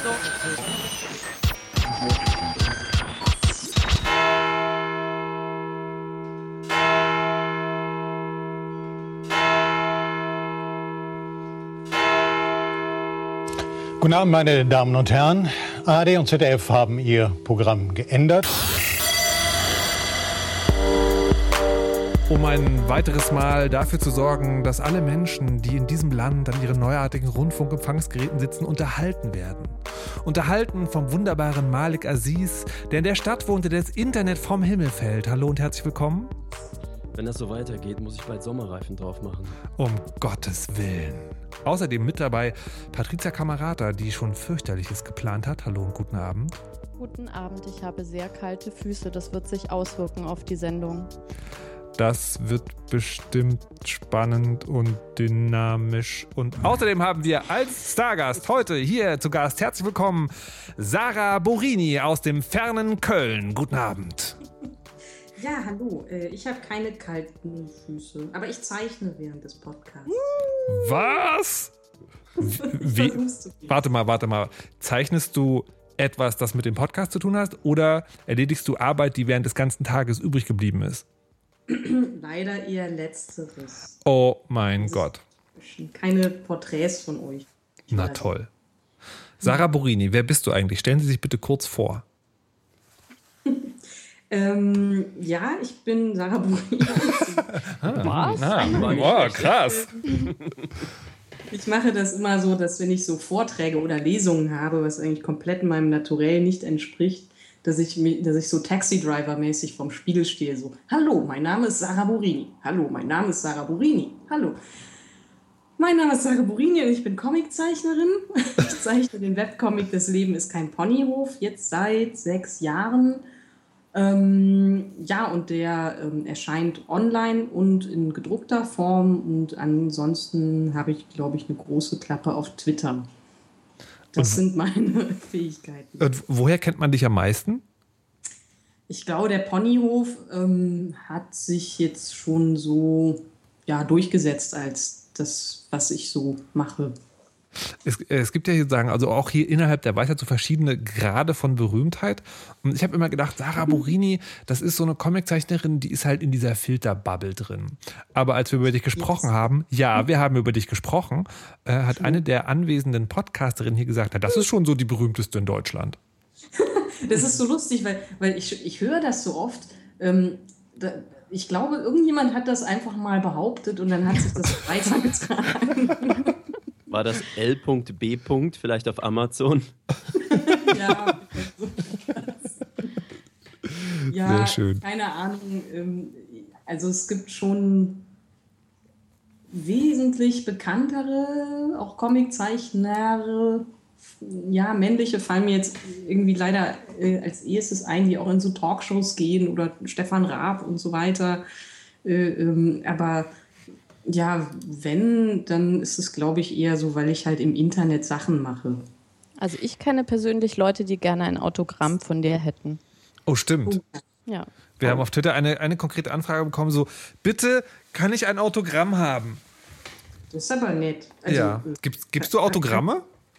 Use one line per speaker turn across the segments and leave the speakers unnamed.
Guten Abend, meine Damen und Herren. ARD und ZDF haben ihr Programm geändert.
Um ein weiteres Mal dafür zu sorgen, dass alle Menschen, die in diesem Land an ihren neuartigen Rundfunkempfangsgeräten sitzen, unterhalten werden. Unterhalten vom wunderbaren Malik Aziz, der in der Stadt wohnt, in der das Internet vom Himmel fällt. Hallo und herzlich willkommen.
Wenn das so weitergeht, muss ich bald Sommerreifen drauf machen.
Um Gottes Willen. Außerdem mit dabei Patricia Camerata, die schon Fürchterliches geplant hat. Hallo und guten Abend.
Guten Abend, ich habe sehr kalte Füße. Das wird sich auswirken auf die Sendung.
Das wird bestimmt spannend und dynamisch. Und außerdem haben wir als Stargast heute hier zu Gast, herzlich willkommen, Sarah Borini aus dem fernen Köln. Guten Abend.
Ja, hallo. Ich habe keine kalten Füße, aber ich zeichne während des Podcasts.
Was? Wie? Warte mal. Zeichnest du etwas, das mit dem Podcast zu tun hat, oder erledigst du Arbeit, die während des ganzen Tages übrig geblieben ist?
Leider eher Letzteres.
Oh mein Gott.
Keine Porträts von euch.
Na toll. Sarah Borini, wer bist du eigentlich? Stellen Sie sich bitte kurz vor.
Ja, ich bin Sarah Borini.
Was? Krass.
Ich mache das immer so, dass wenn ich so Vorträge oder Lesungen habe, was eigentlich komplett meinem Naturell nicht entspricht, dass ich so Taxi-Driver-mäßig vorm Spiegel stehe, so, hallo, mein Name ist Sarah Borini. Hallo, mein Name ist Sarah Borini. Hallo. Mein Name ist Sarah Borini und ich bin Comiczeichnerin. Ich zeichne den Webcomic Das Leben ist kein Ponyhof, jetzt seit 6 Jahren. Ja, und der erscheint online und in gedruckter Form. Und ansonsten habe ich, glaube ich, eine große Klappe auf Twitter. Das sind meine Fähigkeiten.
Und woher kennt man dich am meisten?
Ich glaube, der Ponyhof hat sich jetzt schon so durchgesetzt als das, was ich so mache.
Es gibt ja hier sagen, also auch hier innerhalb der Weisheit so verschiedene Grade von Berühmtheit. Und ich habe immer gedacht, Sarah Borini, das ist so eine Comiczeichnerin, die ist halt in dieser Filterbubble drin. Aber als wir über dich gesprochen haben, wir haben über dich gesprochen, hat eine der anwesenden Podcasterinnen hier gesagt, das ist schon so die berühmteste in Deutschland.
Das ist so lustig, weil ich höre das so oft. Ich glaube, irgendjemand hat das einfach mal behauptet und dann hat sich das weitergetragen.
War das L.B. vielleicht auf Amazon?
Ja,
sehr schön.
Keine Ahnung. Also es gibt schon wesentlich bekanntere, auch Comiczeichner, männliche fallen mir jetzt irgendwie leider als erstes ein, die auch in so Talkshows gehen oder Stefan Raab und so weiter. Aber ja, wenn, dann ist es, glaube ich, eher so, weil ich halt im Internet Sachen mache.
Also ich kenne persönlich Leute, die gerne ein Autogramm von dir hätten.
Oh, stimmt.
Ja.
Wir haben auf Twitter eine konkrete Anfrage bekommen, so, bitte, kann ich ein Autogramm haben?
Das ist aber nett. Also,
ja. Gibst du Autogramme?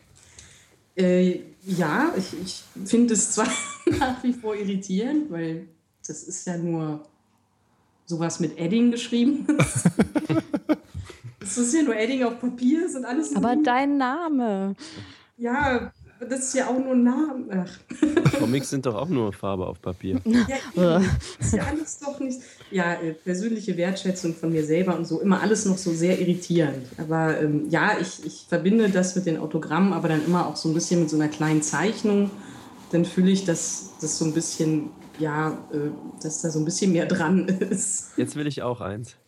Ja, ich finde es zwar nach wie vor irritierend, weil das ist ja nur sowas mit Edding geschrieben. Das ist ja nur Edding auf Papier, das sind alles.
Aber dein Name.
Ja, das ist ja auch nur ein Name.
Comics sind doch auch nur Farbe auf Papier.
Ja, ist ja alles doch nicht. Ja, persönliche Wertschätzung von mir selber und so, immer alles noch so sehr irritierend. Aber ich verbinde das mit den Autogrammen, aber dann immer auch so ein bisschen mit so einer kleinen Zeichnung. Dann fühle ich, dass das so ein bisschen. Dass da so ein bisschen mehr dran ist.
Jetzt will ich auch eins.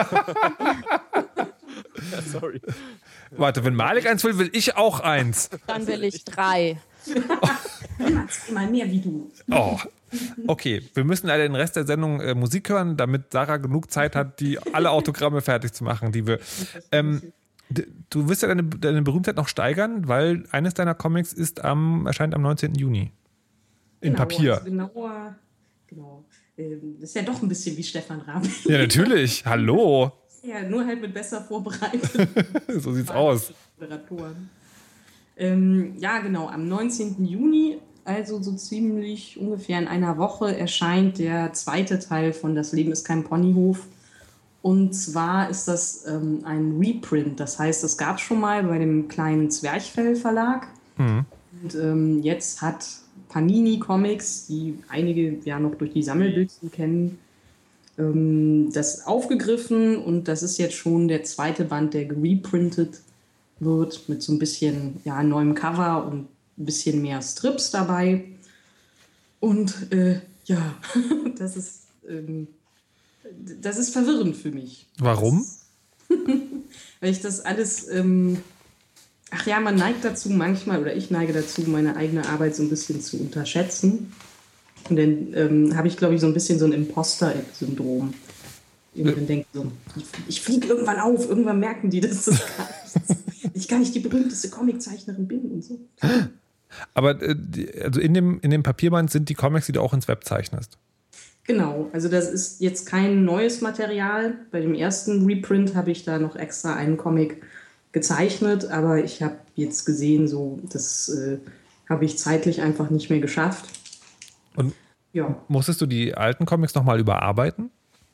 Sorry.
Warte, wenn Malik eins will ich auch eins.
Dann will ich 3.
Mal mehr wie du.
Oh. Okay, wir müssen leider den Rest der Sendung Musik hören, damit Sarah genug Zeit hat, alle Autogramme fertig zu machen, die wir. Du wirst ja deine Berühmtheit noch steigern, weil eines deiner Comics erscheint am 19. Juni. In Papier.
Also genau. Das ist ja doch ein bisschen wie Stefan Raab.
Ja, natürlich. Hallo.
Ja, nur halt mit besser vorbereitet.
So sieht's aus.
Moderatoren. Ja, genau, am 19. Juni, also so ziemlich ungefähr in einer Woche, erscheint der zweite Teil von Das Leben ist kein Ponyhof. Und zwar ist das ein Reprint. Das heißt, das gab es schon mal bei dem kleinen Zwerchfell Verlag. Und jetzt hat Panini Comics, die einige ja noch durch die Sammelbüchsen kennen, das aufgegriffen. Und das ist jetzt schon der zweite Band, der gereprintet wird mit so ein bisschen neuem Cover und ein bisschen mehr Strips dabei. Und ja, das ist verwirrend für mich.
Warum?
Weil ich das alles, man neigt dazu manchmal, oder ich neige dazu, meine eigene Arbeit so ein bisschen zu unterschätzen. Und dann habe ich, glaube ich, so ein bisschen so ein Imposter-Syndrom. Irgendwann denke so, ich fliege irgendwann auf, irgendwann merken die, dass ich gar nicht die berühmteste Comiczeichnerin bin und so.
Aber also in dem Papierband sind die Comics, die du auch ins Web zeichnest.
Genau, also das ist jetzt kein neues Material. Bei dem ersten Reprint habe ich da noch extra einen Comic gezeichnet, aber ich habe jetzt gesehen, so das habe ich zeitlich einfach nicht mehr geschafft.
Und
ja.
Musstest du die alten Comics nochmal überarbeiten?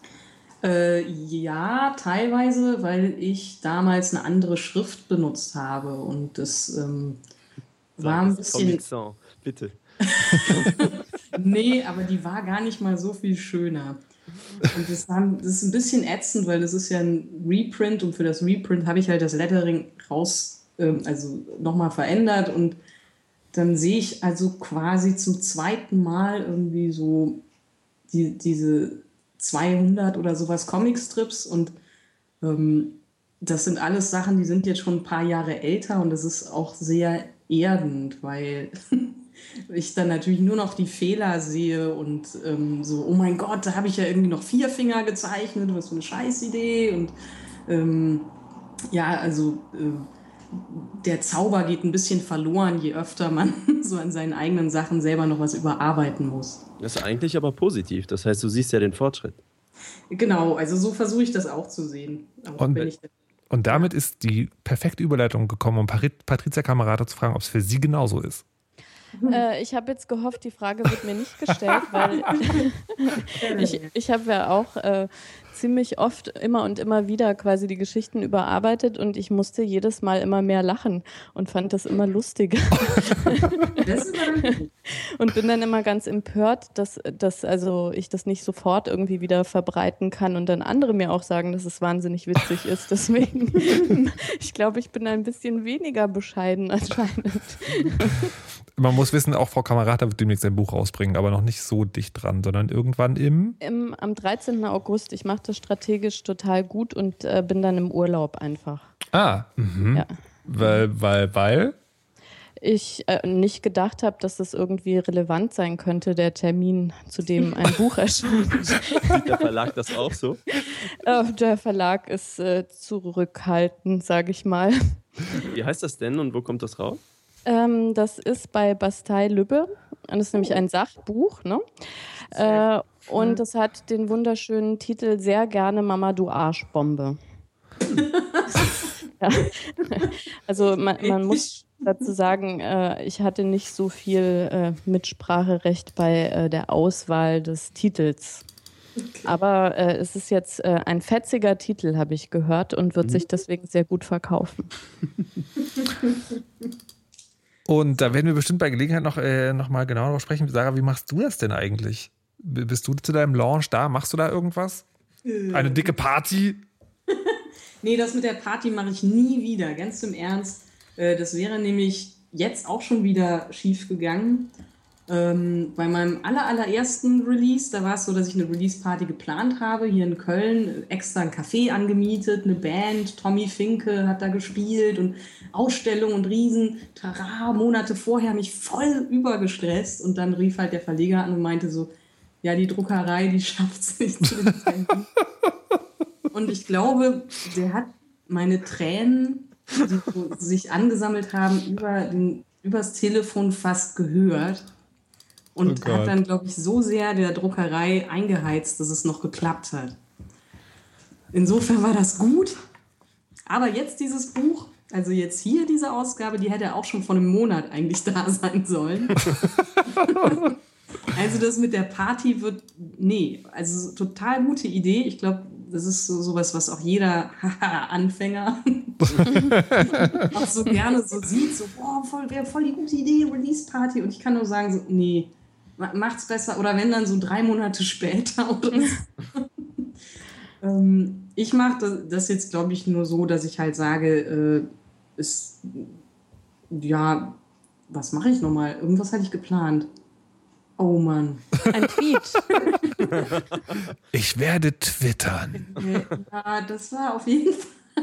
Ja, teilweise, weil ich damals eine andere Schrift benutzt habe und das war ein bisschen...
Bitte.
Nee, aber die war gar nicht mal so viel schöner. Und das ist ein bisschen ätzend, weil das ist ja ein Reprint und für das Reprint habe ich halt das Lettering also nochmal verändert und dann sehe ich also quasi zum zweiten Mal irgendwie so diese 200 oder sowas Comicstrips und das sind alles Sachen, die sind jetzt schon ein paar Jahre älter und das ist auch sehr erdend, weil ich dann natürlich nur noch die Fehler sehe und so, oh mein Gott, da habe ich ja irgendwie noch 4 Finger gezeichnet, was für eine Scheißidee und der Zauber geht ein bisschen verloren, je öfter man so an seinen eigenen Sachen selber noch was überarbeiten muss.
Das ist eigentlich aber positiv, das heißt, du siehst ja den Fortschritt.
Genau, also so versuche ich das auch zu sehen.
Und damit ist die perfekte Überleitung gekommen, um Patricia Camerata zu fragen, ob es für sie genauso ist.
Ich habe jetzt gehofft, die Frage wird mir nicht gestellt, weil ich habe ja auch ziemlich oft immer und immer wieder quasi die Geschichten überarbeitet und ich musste jedes Mal immer mehr lachen und fand das immer lustiger.
Das ist aber gut.
Und bin dann immer ganz empört, dass also ich das nicht sofort irgendwie wieder verbreiten kann und dann andere mir auch sagen, dass es wahnsinnig witzig ist. Deswegen, ich glaube, ich bin ein bisschen weniger bescheiden anscheinend.
Man muss wissen, auch Frau Camerata wird demnächst ein Buch rausbringen, aber noch nicht so dicht dran, sondern irgendwann
am 13. August. Ich mache das strategisch total gut und bin dann im Urlaub einfach.
Ja. Weil?
Ich nicht gedacht habe, dass das irgendwie relevant sein könnte, der Termin, zu dem ein Buch erscheint.
Sieht der Verlag das auch so?
Der Verlag ist zurückhaltend, sage ich mal.
Wie heißt das denn und wo kommt das raus?
Das ist bei Bastei-Lübbe. Das ist nämlich ein Sachbuch, ne? Und das hat den wunderschönen Titel Sehr gerne Mama, du Arschbombe. Ja. Also man muss dazu sagen, ich hatte nicht so viel Mitspracherecht bei der Auswahl des Titels. Okay. Aber es ist jetzt ein fetziger Titel, habe ich gehört, und wird sich deswegen sehr gut verkaufen.
Und da werden wir bestimmt bei Gelegenheit noch mal genauer darüber sprechen. Sarah, wie machst du das denn eigentlich? Bist du zu deinem Launch da? Machst du da irgendwas? Eine dicke Party?
Nee, das mit der Party mache ich nie wieder, ganz im Ernst. Das wäre nämlich jetzt auch schon wieder schief gegangen. Bei meinem allerersten Release, da war es so, dass ich eine Release-Party geplant habe, hier in Köln, extra ein Café angemietet, eine Band, Tommy Finke hat da gespielt und Ausstellung und Riesen-Tara, Monate vorher mich voll übergestresst und dann rief halt der Verleger an und meinte so, ja, die Druckerei, die schafft es nicht zu den Termin. Und ich glaube, der hat meine Tränen, die so sich angesammelt haben, übers Telefon fast gehört. Und hat dann, glaube ich, so sehr der Druckerei eingeheizt, dass es noch geklappt hat. Insofern war das gut. Aber jetzt dieses Buch, Also jetzt hier diese Ausgabe, die hätte auch schon vor einem Monat eigentlich da sein sollen. Also das mit der Party wird, also total gute Idee. Ich glaube, das ist sowas, was auch jeder Anfänger auch so gerne so sieht. So, boah, wäre voll die gute Idee, Release-Party. Und ich kann nur sagen, so, nee, macht's besser. Oder wenn dann so 3 Monate später oder so. Ich mache das jetzt, glaube ich, nur so, dass ich halt sage, was mache ich nochmal? Irgendwas hatte ich geplant. Oh Mann.
Ein Tweet.
Ich werde twittern.
Ja, das war auf jeden Fall.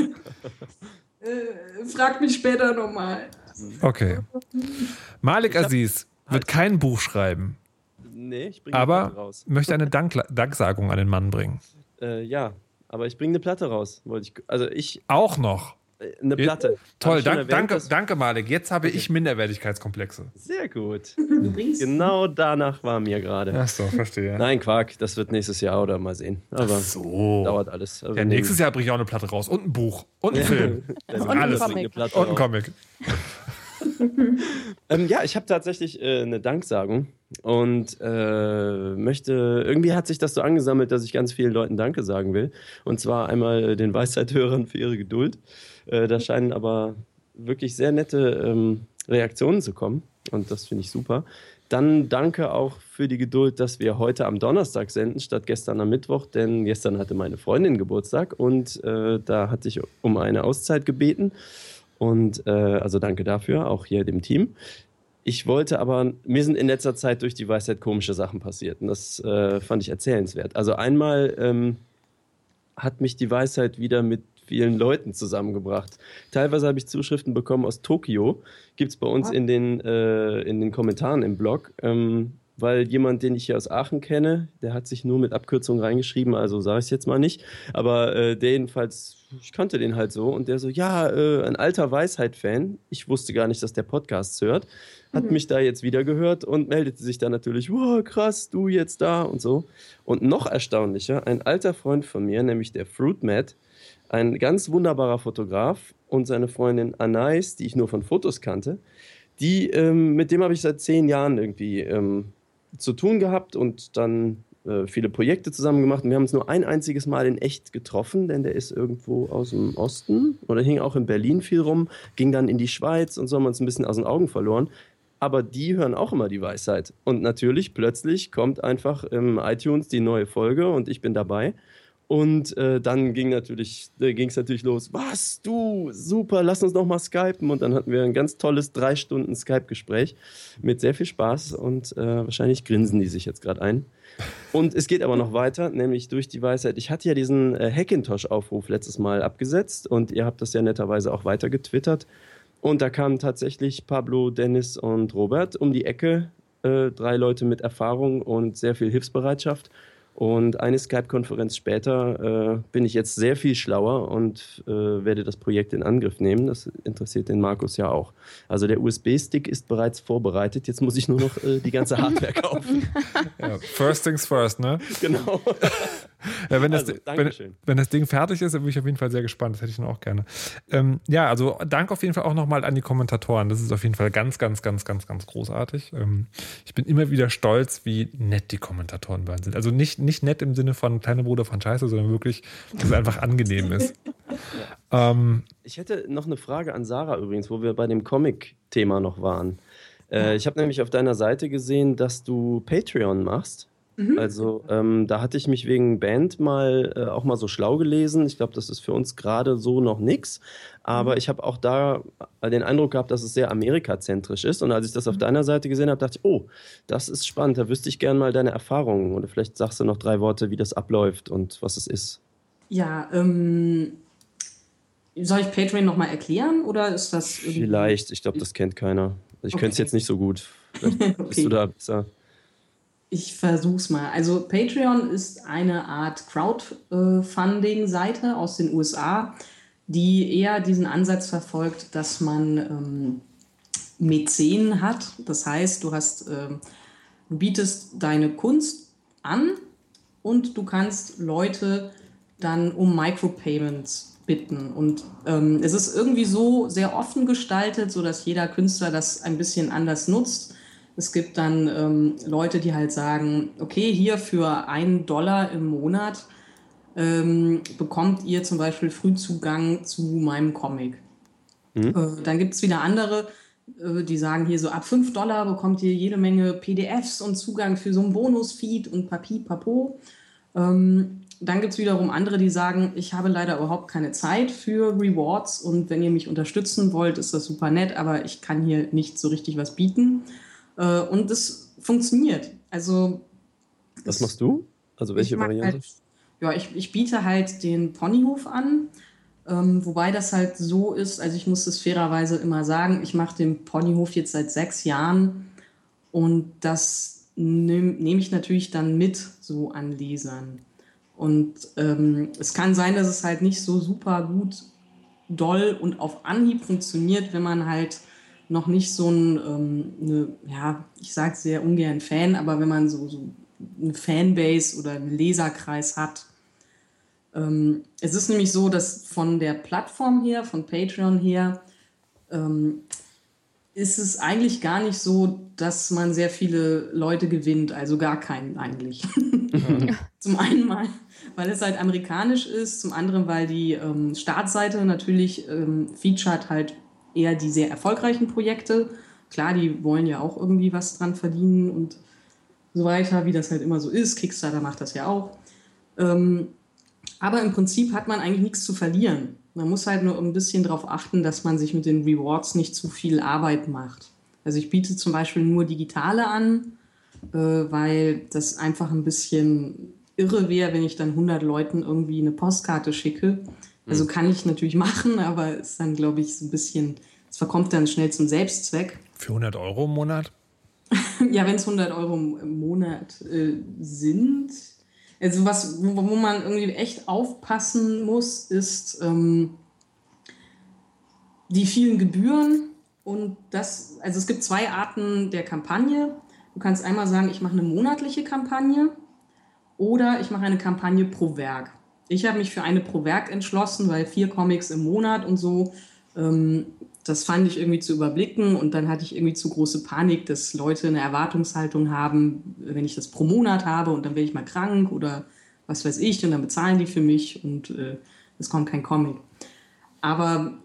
Frag mich später nochmal.
Okay. Malik Aziz wird kein Buch schreiben,
Nee, ich bringe eine Platte
aber
raus.
möchte eine Danksagung an den Mann bringen.
Ja, aber ich bringe eine Platte raus.
Auch noch.
Eine Platte.
Toll,
Hab ich schon erwähnt,
danke Malik. Jetzt habe ich Minderwertigkeitskomplexe.
Sehr gut.
Du bringst
Genau danach war mir gerade.
Ach so, verstehe.
Nein, Quark, das wird nächstes Jahr oder mal sehen. Aber
So.
dauert alles. Also
Ja, nächstes Jahr bringe ich auch eine Platte raus. Und ein Buch. Und ein Film.
Und
ein Comic.
Und ein Comic.
Ja, ich habe tatsächlich eine Danksagung und irgendwie hat sich das so angesammelt, dass ich ganz vielen Leuten Danke sagen will. Und zwar einmal den Weisheithörern für ihre Geduld. Da scheinen aber wirklich sehr nette Reaktionen zu kommen und das finde ich super. Dann danke auch für die Geduld, dass wir heute am Donnerstag senden, statt gestern am Mittwoch, denn gestern hatte meine Freundin Geburtstag und da hatte ich um eine Auszeit gebeten. Und also danke dafür, auch hier dem Team. Ich wollte aber, mir sind in letzter Zeit durch die Weisheit komische Sachen passiert und das fand ich erzählenswert. Also einmal hat mich die Weisheit wieder mit vielen Leuten zusammengebracht. Teilweise habe ich Zuschriften bekommen aus Tokio, gibt es bei uns in den Kommentaren im Blog, weil jemand, den ich hier aus Aachen kenne, der hat sich nur mit Abkürzungen reingeschrieben, also sage ich es jetzt mal nicht, aber der jedenfalls, ich kannte den halt so und der so, ja, ein alter Weisheit-Fan, ich wusste gar nicht, dass der Podcasts hört, hat mich da jetzt wieder gehört und meldete sich dann natürlich, wow, krass, du jetzt da und so. Und noch erstaunlicher, ein alter Freund von mir, nämlich der Fruit Matt, ein ganz wunderbarer Fotograf und seine Freundin Anais, die ich nur von Fotos kannte, mit dem habe ich seit 10 Jahren irgendwie zu tun gehabt und dann viele Projekte zusammen gemacht. Und wir haben uns nur ein einziges Mal in echt getroffen, denn der ist irgendwo aus dem Osten oder hing auch in Berlin viel rum, ging dann in die Schweiz und so haben wir uns ein bisschen aus den Augen verloren. Aber die hören auch immer die Weisheit. Und natürlich, plötzlich kommt einfach im iTunes die neue Folge und ich bin dabei. Und dann ging es natürlich los. Was, du, super, lass uns noch mal skypen. Und dann hatten wir ein ganz tolles 3 Stunden Skype-Gespräch mit sehr viel Spaß. Und wahrscheinlich grinsen die sich jetzt gerade ein. Und es geht aber noch weiter, nämlich durch die Weisheit. Ich hatte ja diesen Hackintosh-Aufruf letztes Mal abgesetzt. Und ihr habt das ja netterweise auch weiter getwittert. Und da kamen tatsächlich Pablo, Dennis und Robert um die Ecke. 3 Leute mit Erfahrung und sehr viel Hilfsbereitschaft. Und eine Skype-Konferenz später bin ich jetzt sehr viel schlauer und werde das Projekt in Angriff nehmen. Das interessiert den Markus ja auch. Also der USB-Stick ist bereits vorbereitet. Jetzt muss ich nur noch die ganze Hardware kaufen.
Ja, first things first, ne?
Genau.
Ja, wenn das Ding fertig ist, dann bin ich auf jeden Fall sehr gespannt. Das hätte ich dann auch gerne. Ja, also Dank auf jeden Fall auch nochmal an die Kommentatoren. Das ist auf jeden Fall ganz, ganz, ganz, ganz, ganz großartig. Ich bin immer wieder stolz, wie nett die Kommentatoren bei uns sind. Also nicht nett im Sinne von kleiner Bruder von Scheiße, sondern wirklich, dass es einfach angenehm ist.
Ich hätte noch eine Frage an Sarah übrigens, wo wir bei dem Comic-Thema noch waren. Ich habe nämlich auf deiner Seite gesehen, dass du Patreon machst. Also da hatte ich mich wegen Band auch mal so schlau gelesen. Ich glaube, das ist für uns gerade so noch nix. Aber ich habe auch da den Eindruck gehabt, dass es sehr amerikazentrisch ist. Und als ich das auf deiner Seite gesehen habe, dachte ich, oh, das ist spannend. Da wüsste ich gerne mal deine Erfahrungen. Oder vielleicht sagst du noch 3 Worte, wie das abläuft und was es ist.
Ja, soll ich Patreon nochmal erklären oder ist das irgendwie...
Vielleicht, ich glaube, das kennt keiner. Ich könnte es jetzt nicht so gut. Vielleicht bist du da besser.
Ich versuch's mal. Also Patreon ist eine Art Crowdfunding-Seite aus den USA, die eher diesen Ansatz verfolgt, dass man Mäzen hat. Das heißt, du bietest deine Kunst an und du kannst Leute dann um Micropayments bitten. Und es ist irgendwie so sehr offen gestaltet, sodass jeder Künstler das ein bisschen anders nutzt. Es gibt dann Leute, die halt sagen, okay, hier für $1 im Monat bekommt ihr zum Beispiel Frühzugang zu meinem Comic. Dann gibt es wieder andere, die sagen hier so, ab $5 bekommt ihr jede Menge PDFs und Zugang für so einen Bonus-Feed und Papo. Dann gibt es wiederum andere, die sagen, ich habe leider überhaupt keine Zeit für Rewards und wenn ihr mich unterstützen wollt, ist das super nett, aber ich kann hier nicht so richtig was bieten. Und das funktioniert. Also
was machst du? Also welche Variante?
Halt, ich biete halt den Ponyhof an, wobei das halt so ist, also ich muss das fairerweise immer sagen, ich mache den Ponyhof jetzt seit 6 Jahren und das nehme ich natürlich dann mit so an Lesern. Und es kann sein, dass es halt nicht so super gut, doll und auf Anhieb funktioniert, wenn man halt noch nicht so ich sage sehr ungern Fan, aber wenn man so eine Fanbase oder einen Leserkreis hat. Es ist nämlich so, dass von der Plattform her, von Patreon her, ist es eigentlich gar nicht so, dass man sehr viele Leute gewinnt, also gar keinen eigentlich. Zum einen mal, weil es halt amerikanisch ist, zum anderen, weil die Startseite natürlich featuret halt eher die sehr erfolgreichen Projekte. Klar, die wollen ja auch irgendwie was dran verdienen und so weiter, wie das halt immer so ist. Kickstarter macht das ja auch. Aber im Prinzip hat man eigentlich nichts zu verlieren. Man muss halt nur ein bisschen darauf achten, dass man sich mit den Rewards nicht zu viel Arbeit macht. Also ich biete zum Beispiel nur digitale an, weil das einfach ein bisschen irre wäre, wenn ich dann 100 Leuten irgendwie eine Postkarte schicke. Also kann ich natürlich machen, aber ist dann, glaube ich, so ein bisschen, es verkommt dann schnell zum Selbstzweck.
Für 100 Euro im Monat?
Ja, wenn es 100 Euro im Monat sind. Also wo man irgendwie echt aufpassen muss, ist die vielen Gebühren und das, also es gibt 2 Arten der Kampagne. Du kannst einmal sagen, ich mache eine monatliche Kampagne oder ich mache eine Kampagne pro Werk. Ich habe mich für eine pro Werk entschlossen, weil 4 Comics im Monat und so, das fand ich irgendwie zu überblicken und dann hatte ich irgendwie zu große Panik, dass Leute eine Erwartungshaltung haben, wenn ich das pro Monat habe und dann werde ich mal krank oder was weiß ich und dann bezahlen die für mich und es kommt kein Comic. Aber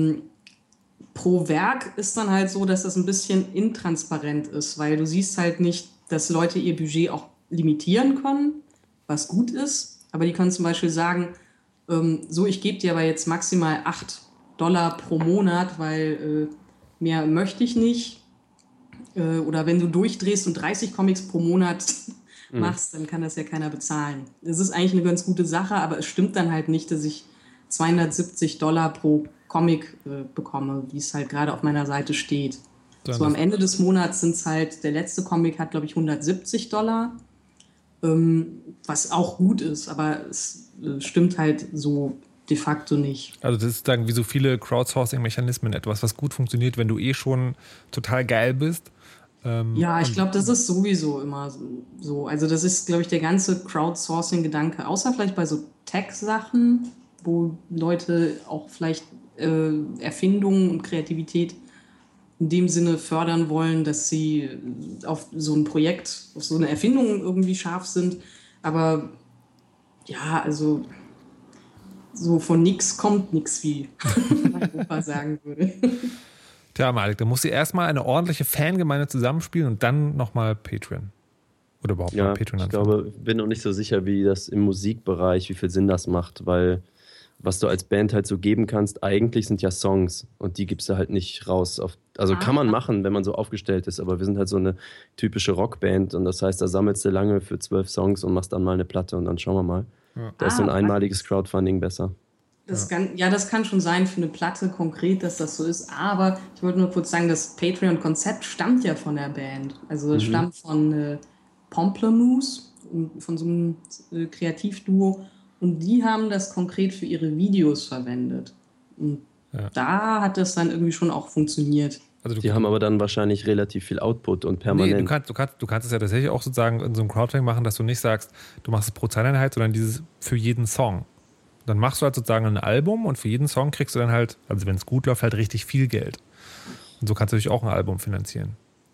pro Werk ist dann halt so, dass das ein bisschen intransparent ist, weil du siehst halt nicht, dass Leute ihr Budget auch limitieren können, was gut ist. Aber die können zum Beispiel sagen, ich gebe dir aber jetzt maximal $8 pro Monat, weil mehr möchte ich nicht. Oder wenn du durchdrehst und 30 Comics pro Monat machst, dann kann das ja keiner bezahlen. Das ist eigentlich eine ganz gute Sache, aber es stimmt dann halt nicht, dass ich $270 pro Comic bekomme, wie es halt gerade auf meiner Seite steht. So am Ende des Monats sind es halt, der letzte Comic hat, glaube ich, $170. Was auch gut ist, aber es stimmt halt so de facto nicht.
Also das ist dann wie so viele Crowdsourcing-Mechanismen etwas, was gut funktioniert, wenn du schon total geil bist.
Ja, ich glaube, das ist sowieso immer so. Also das ist, glaube ich, der ganze Crowdsourcing-Gedanke, außer vielleicht bei so Tech-Sachen, wo Leute auch vielleicht Erfindungen und Kreativität in dem Sinne fördern wollen, dass sie auf so ein Projekt, auf so eine Erfindung irgendwie scharf sind. Aber ja, also so von nix kommt nix, wie mein Opa sagen würde.
Tja, Malik, da musst du erstmal eine ordentliche Fangemeinde zusammenspielen und dann nochmal Patreon. Oder überhaupt mal Patreon anfangen.
Ich bin noch nicht so sicher, wie das im Musikbereich, wie viel Sinn das macht, weil was du als Band halt so geben kannst, eigentlich sind ja Songs und die gibst du halt nicht raus. Kann man machen, wenn man so aufgestellt ist, aber wir sind halt so eine typische Rockband und das heißt, da sammelst du lange für 12 Songs und machst dann mal eine Platte und dann schauen wir mal. Ja. Da ist so ein einmaliges Crowdfunding besser.
Das kann schon sein für eine Platte konkret, dass das so ist, aber ich wollte nur kurz sagen, das Patreon-Konzept stammt ja von der Band. Also es stammt von Pomplamoose, von so einem Kreativduo. Und die haben das konkret für ihre Videos verwendet. Und da hat das dann irgendwie schon auch funktioniert.
Also die haben aber dann wahrscheinlich relativ viel Output und permanent.
Nee, du kannst es ja tatsächlich auch sozusagen in so einem Crowdfunding machen, dass du nicht sagst, du machst es pro Zeiteinheit, sondern dieses für jeden Song. Dann machst du halt sozusagen ein Album und für jeden Song kriegst du dann halt, also wenn es gut läuft, halt richtig viel Geld. Und so kannst du natürlich auch ein Album finanzieren.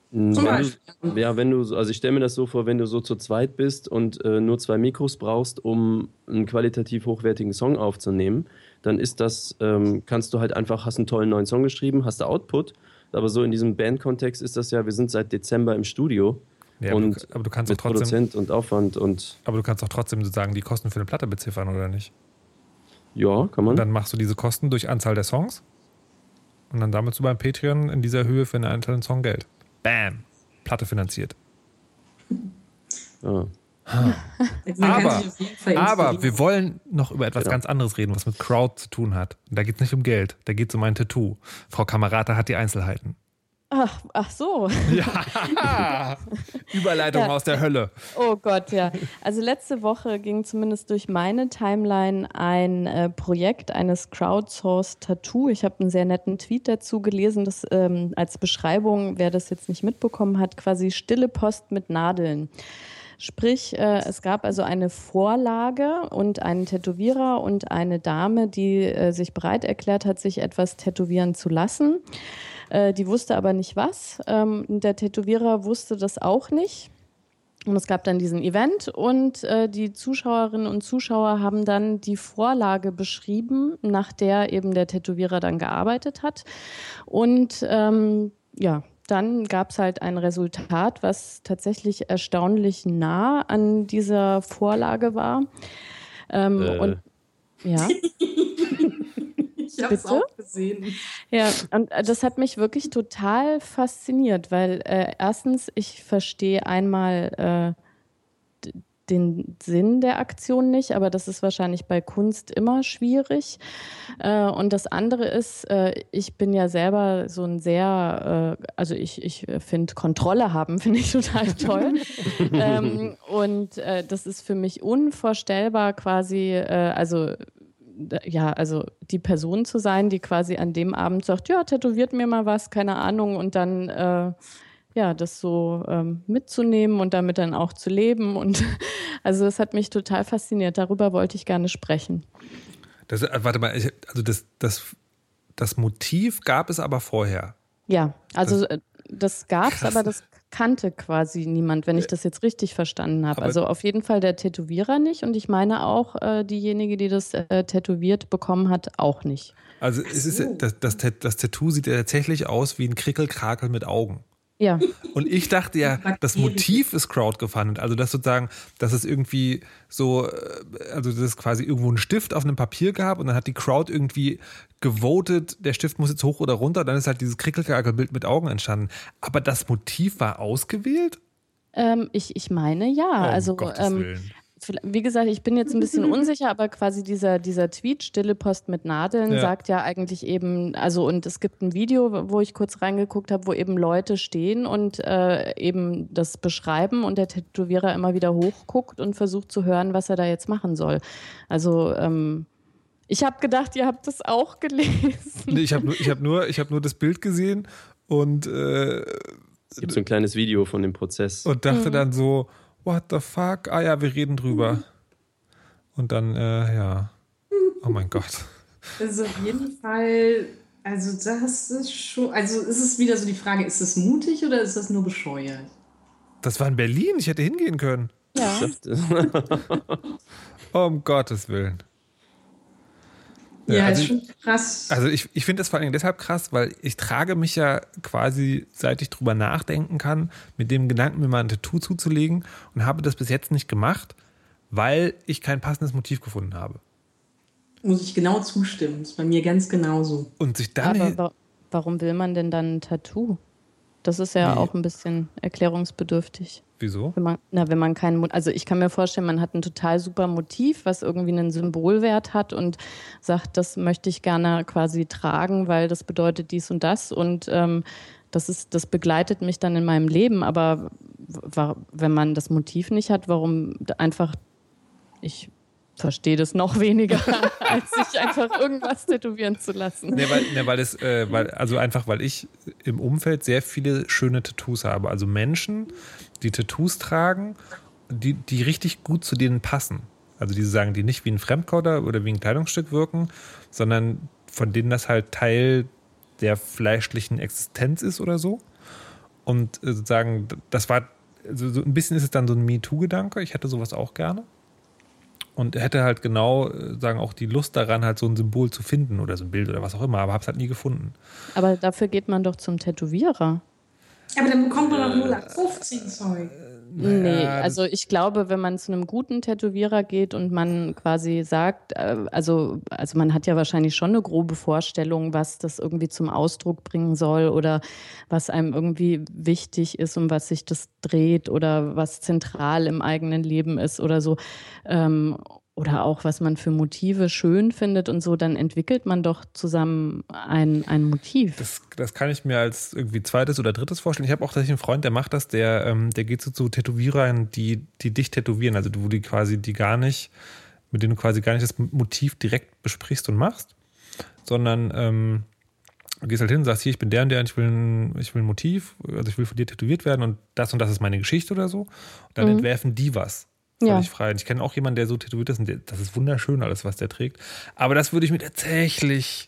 Also ich stelle mir das so vor, wenn du so zu zweit bist und nur 2 Mikros brauchst, um einen qualitativ hochwertigen Song aufzunehmen, dann ist das, kannst du halt einfach, hast einen tollen neuen Song geschrieben, hast du Output, aber so in diesem Bandkontext ist das ja, wir sind seit Dezember im Studio
aber du kannst
mit
auch trotzdem,
Produzent und Aufwand und...
Aber du kannst auch trotzdem sozusagen die Kosten für eine Platte beziffern, oder nicht?
Ja, kann man.
Und dann machst du diese Kosten durch Anzahl der Songs und dann sammelst du beim Patreon in dieser Höhe für einen einzelnen Song Geld. Bam! Platte finanziert.
Ja.
Aber wir wollen noch über etwas ganz anderes reden, was mit Crowd zu tun hat. Da geht es nicht um Geld, da geht es um ein Tattoo. Frau Kamerata hat die Einzelheiten.
Ach so.
Ja, Überleitung aus der Hölle.
Oh Gott, ja. Also letzte Woche ging zumindest durch meine Timeline ein Projekt eines Crowdsourced Tattoo. Ich habe einen sehr netten Tweet dazu gelesen, das als Beschreibung, wer das jetzt nicht mitbekommen hat, quasi stille Post mit Nadeln. Sprich, es gab also eine Vorlage und einen Tätowierer und eine Dame, die sich bereit erklärt hat, sich etwas tätowieren zu lassen. Die wusste aber nicht was. Der Tätowierer wusste das auch nicht. Und es gab dann diesen Event und die Zuschauerinnen und Zuschauer haben dann die Vorlage beschrieben, nach der eben der Tätowierer dann gearbeitet hat. Und dann gab es halt ein Resultat, was tatsächlich erstaunlich nah an dieser Vorlage war. Und ja.
Ich habe es auch gesehen.
Ja, und das hat mich wirklich total fasziniert, weil erstens, ich verstehe einmal den Sinn der Aktion nicht, aber das ist wahrscheinlich bei Kunst immer schwierig. Und das andere ist, ich bin ja selber so ein sehr, also ich finde Kontrolle haben, finde ich total toll. Und das ist für mich unvorstellbar quasi, also die Person zu sein, die quasi an dem Abend sagt, ja, tätowiert mir mal was, keine Ahnung, und dann das so mitzunehmen und damit dann auch zu leben. Und also das hat mich total fasziniert. Darüber wollte ich gerne sprechen.
Warte mal, das Motiv gab es aber vorher.
Ja, also das gab es, aber das kannte quasi niemand, wenn ich das jetzt richtig verstanden habe. Also auf jeden Fall der Tätowierer nicht und ich meine auch diejenige, die das tätowiert bekommen hat, auch nicht.
Also es ist, das Tattoo sieht ja tatsächlich aus wie ein Krickelkrakel mit Augen.
Ja.
Und ich dachte ja, das Motiv ist crowdgefundet. Also das sozusagen, dass es irgendwie so, also dass es quasi irgendwo einen Stift auf einem Papier gab und dann hat die Crowd irgendwie gewotet, der Stift muss jetzt hoch oder runter, dann ist halt dieses Krickelkrakelbild mit Augen entstanden. Aber das Motiv war ausgewählt?
Ich meine ja.
Um Gottes Willen.
Wie gesagt, ich bin jetzt ein bisschen unsicher, aber quasi dieser Tweet, stille Post mit Nadeln, sagt ja eigentlich eben, also und es gibt ein Video, wo ich kurz reingeguckt habe, wo eben Leute stehen und eben das beschreiben und der Tätowierer immer wieder hochguckt und versucht zu hören, was er da jetzt machen soll. Also ich habe gedacht, ihr habt das auch gelesen.
Nee, ich hab nur das Bild gesehen und
es gibt so ein kleines Video von dem Prozess.
Und dachte dann so, what the fuck? Ah ja, wir reden drüber. Und dann, oh mein Gott.
Also auf jeden Fall, also das ist schon, also ist es wieder so die Frage, ist es mutig oder ist das nur bescheuert?
Das war in Berlin, ich hätte hingehen können.
Ja.
Um Gottes Willen.
Ja,
also
ist schon krass.
Also ich finde das vor allem deshalb krass, weil ich trage mich ja quasi, seit ich drüber nachdenken kann, mit dem Gedanken, mir mal ein Tattoo zuzulegen und habe das bis jetzt nicht gemacht, weil ich kein passendes Motiv gefunden habe.
Muss ich genau zustimmen, ist bei mir ganz genauso.
Und sich dann...
Aber warum will man denn dann ein Tattoo? Das ist ja auch ein bisschen erklärungsbedürftig.
Wieso?
Wenn man kein, also ich kann mir vorstellen, man hat ein total super Motiv, was irgendwie einen Symbolwert hat und sagt, das möchte ich gerne quasi tragen, weil das bedeutet dies und das und das begleitet mich dann in meinem Leben. Aber wenn man das Motiv nicht hat, warum einfach, ich verstehe das noch weniger, als sich einfach irgendwas tätowieren zu lassen.
Weil ich im Umfeld sehr viele schöne Tattoos habe. Also Menschen, die Tattoos tragen, die richtig gut zu denen passen. Also diese sagen, die nicht wie ein Fremdkörper oder wie ein Kleidungsstück wirken, sondern von denen das halt Teil der fleischlichen Existenz ist oder so. Und sozusagen, das war, so ein bisschen ist es dann so ein MeToo-Gedanke. Ich hätte sowas auch gerne. Und hätte halt genau, sagen, auch die Lust daran, halt so ein Symbol zu finden oder so ein Bild oder was auch immer, aber habe es halt nie gefunden.
Aber dafür geht man doch zum Tätowierer.
Aber dann bekommt man doch 0815 Zeug.
Nee, also ich glaube, wenn man zu einem guten Tätowierer geht und man quasi sagt, also man hat ja wahrscheinlich schon eine grobe Vorstellung, was das irgendwie zum Ausdruck bringen soll oder was einem irgendwie wichtig ist, um was sich das dreht oder was zentral im eigenen Leben ist oder so. Oder auch, was man für Motive schön findet und so, dann entwickelt man doch zusammen ein Motiv.
Das kann ich mir als irgendwie zweites oder drittes vorstellen. Ich habe auch tatsächlich einen Freund, der macht das, der geht so zu Tätowierern, die dich tätowieren, also wo die quasi die gar nicht, mit denen du quasi gar nicht das Motiv direkt besprichst und machst, sondern du gehst halt hin und sagst, hier, ich bin der und der und ich will ein Motiv, also ich will von dir tätowiert werden und das ist meine Geschichte oder so. Und dann entwerfen die was. Völlig frei. Und ich kenne auch jemanden, der so tätowiert ist und das ist wunderschön alles, was der trägt. Aber das würde ich mir tatsächlich,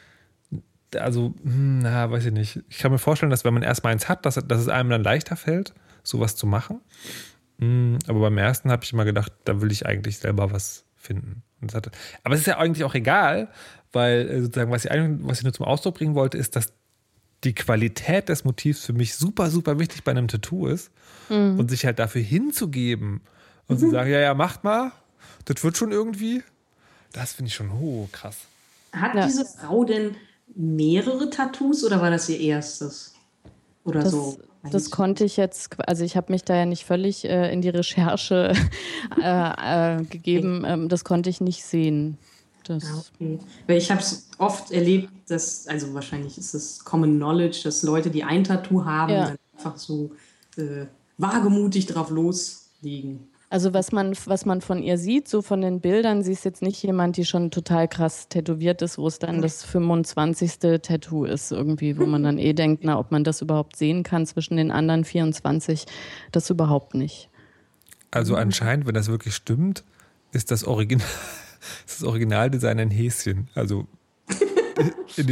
also, weiß ich nicht. Ich kann mir vorstellen, dass wenn man erstmal eins hat, dass es einem dann leichter fällt, sowas zu machen. Aber beim ersten habe ich immer gedacht, da will ich eigentlich selber was finden. Aber es ist ja eigentlich auch egal, weil sozusagen, was ich nur zum Ausdruck bringen wollte, ist, dass die Qualität des Motivs für mich super, super wichtig bei einem Tattoo ist und sich halt dafür hinzugeben und zu sagen, ja, macht mal, das wird schon irgendwie, das finde ich schon krass.
Hat diese Frau denn mehrere Tattoos oder war das ihr erstes? Oder so?
Das konnte ich jetzt, also ich habe mich da ja nicht völlig in die Recherche gegeben, das konnte ich nicht sehen.
Okay. Weil ich habe es oft erlebt, dass, also wahrscheinlich ist es Common Knowledge, dass Leute, die ein Tattoo haben, dann einfach so wagemutig drauf loslegen.
Also was man von ihr sieht, so von den Bildern, sie ist jetzt nicht jemand, die schon total krass tätowiert ist, wo es dann das 25. Tattoo ist irgendwie, wo man dann denkt, na, ob man das überhaupt sehen kann zwischen den anderen 24, das überhaupt nicht.
Also anscheinend, wenn das wirklich stimmt, ist das Originaldesign ein Häschen. Also in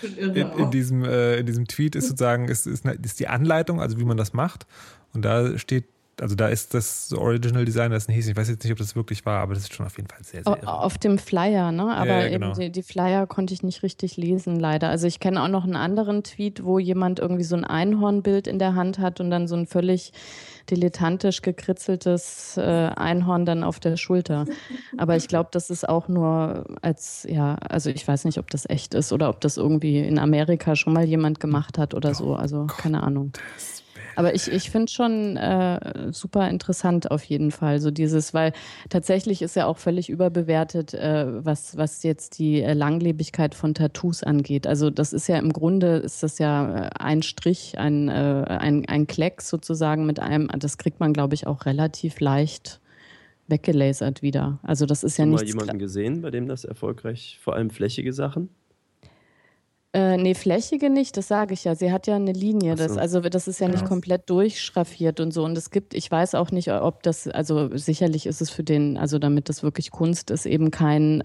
diesem Tweet ist sozusagen ist die Anleitung, also wie man das macht. Und da steht, also da ist das Original Design, das ist ein Häschen. Ich weiß jetzt nicht, ob das wirklich war, aber das ist schon auf jeden Fall sehr, sehr irre.
Auf dem Flyer, ne? Aber
ja, genau.
eben die Flyer konnte ich nicht richtig lesen, leider. Also ich kenne auch noch einen anderen Tweet, wo jemand irgendwie so ein Einhornbild in der Hand hat und dann so ein völlig dilettantisch gekritzeltes Einhorn dann auf der Schulter. Aber ich glaube, das ist auch nur also ich weiß nicht, ob das echt ist oder ob das irgendwie in Amerika schon mal jemand gemacht hat oder so. Also keine Ahnung. Aber ich finde es schon super interessant auf jeden Fall, so dieses, weil tatsächlich ist ja auch völlig überbewertet, was jetzt die Langlebigkeit von Tattoos angeht. Also das ist ja im Grunde, ist das ja ein Strich, ein Klecks sozusagen mit einem, das kriegt man glaube ich auch relativ leicht weggelasert wieder. Also das ist ja nichts.
Hast du mal jemanden gesehen, bei dem das erfolgreich, vor allem flächige Sachen?
Nee, flächige nicht, das sage ich ja. Sie hat ja eine Linie, das ist ja nicht komplett durchschraffiert und so. Und ich weiß auch nicht, ob das, also sicherlich ist es für den, also damit das wirklich Kunst ist, eben kein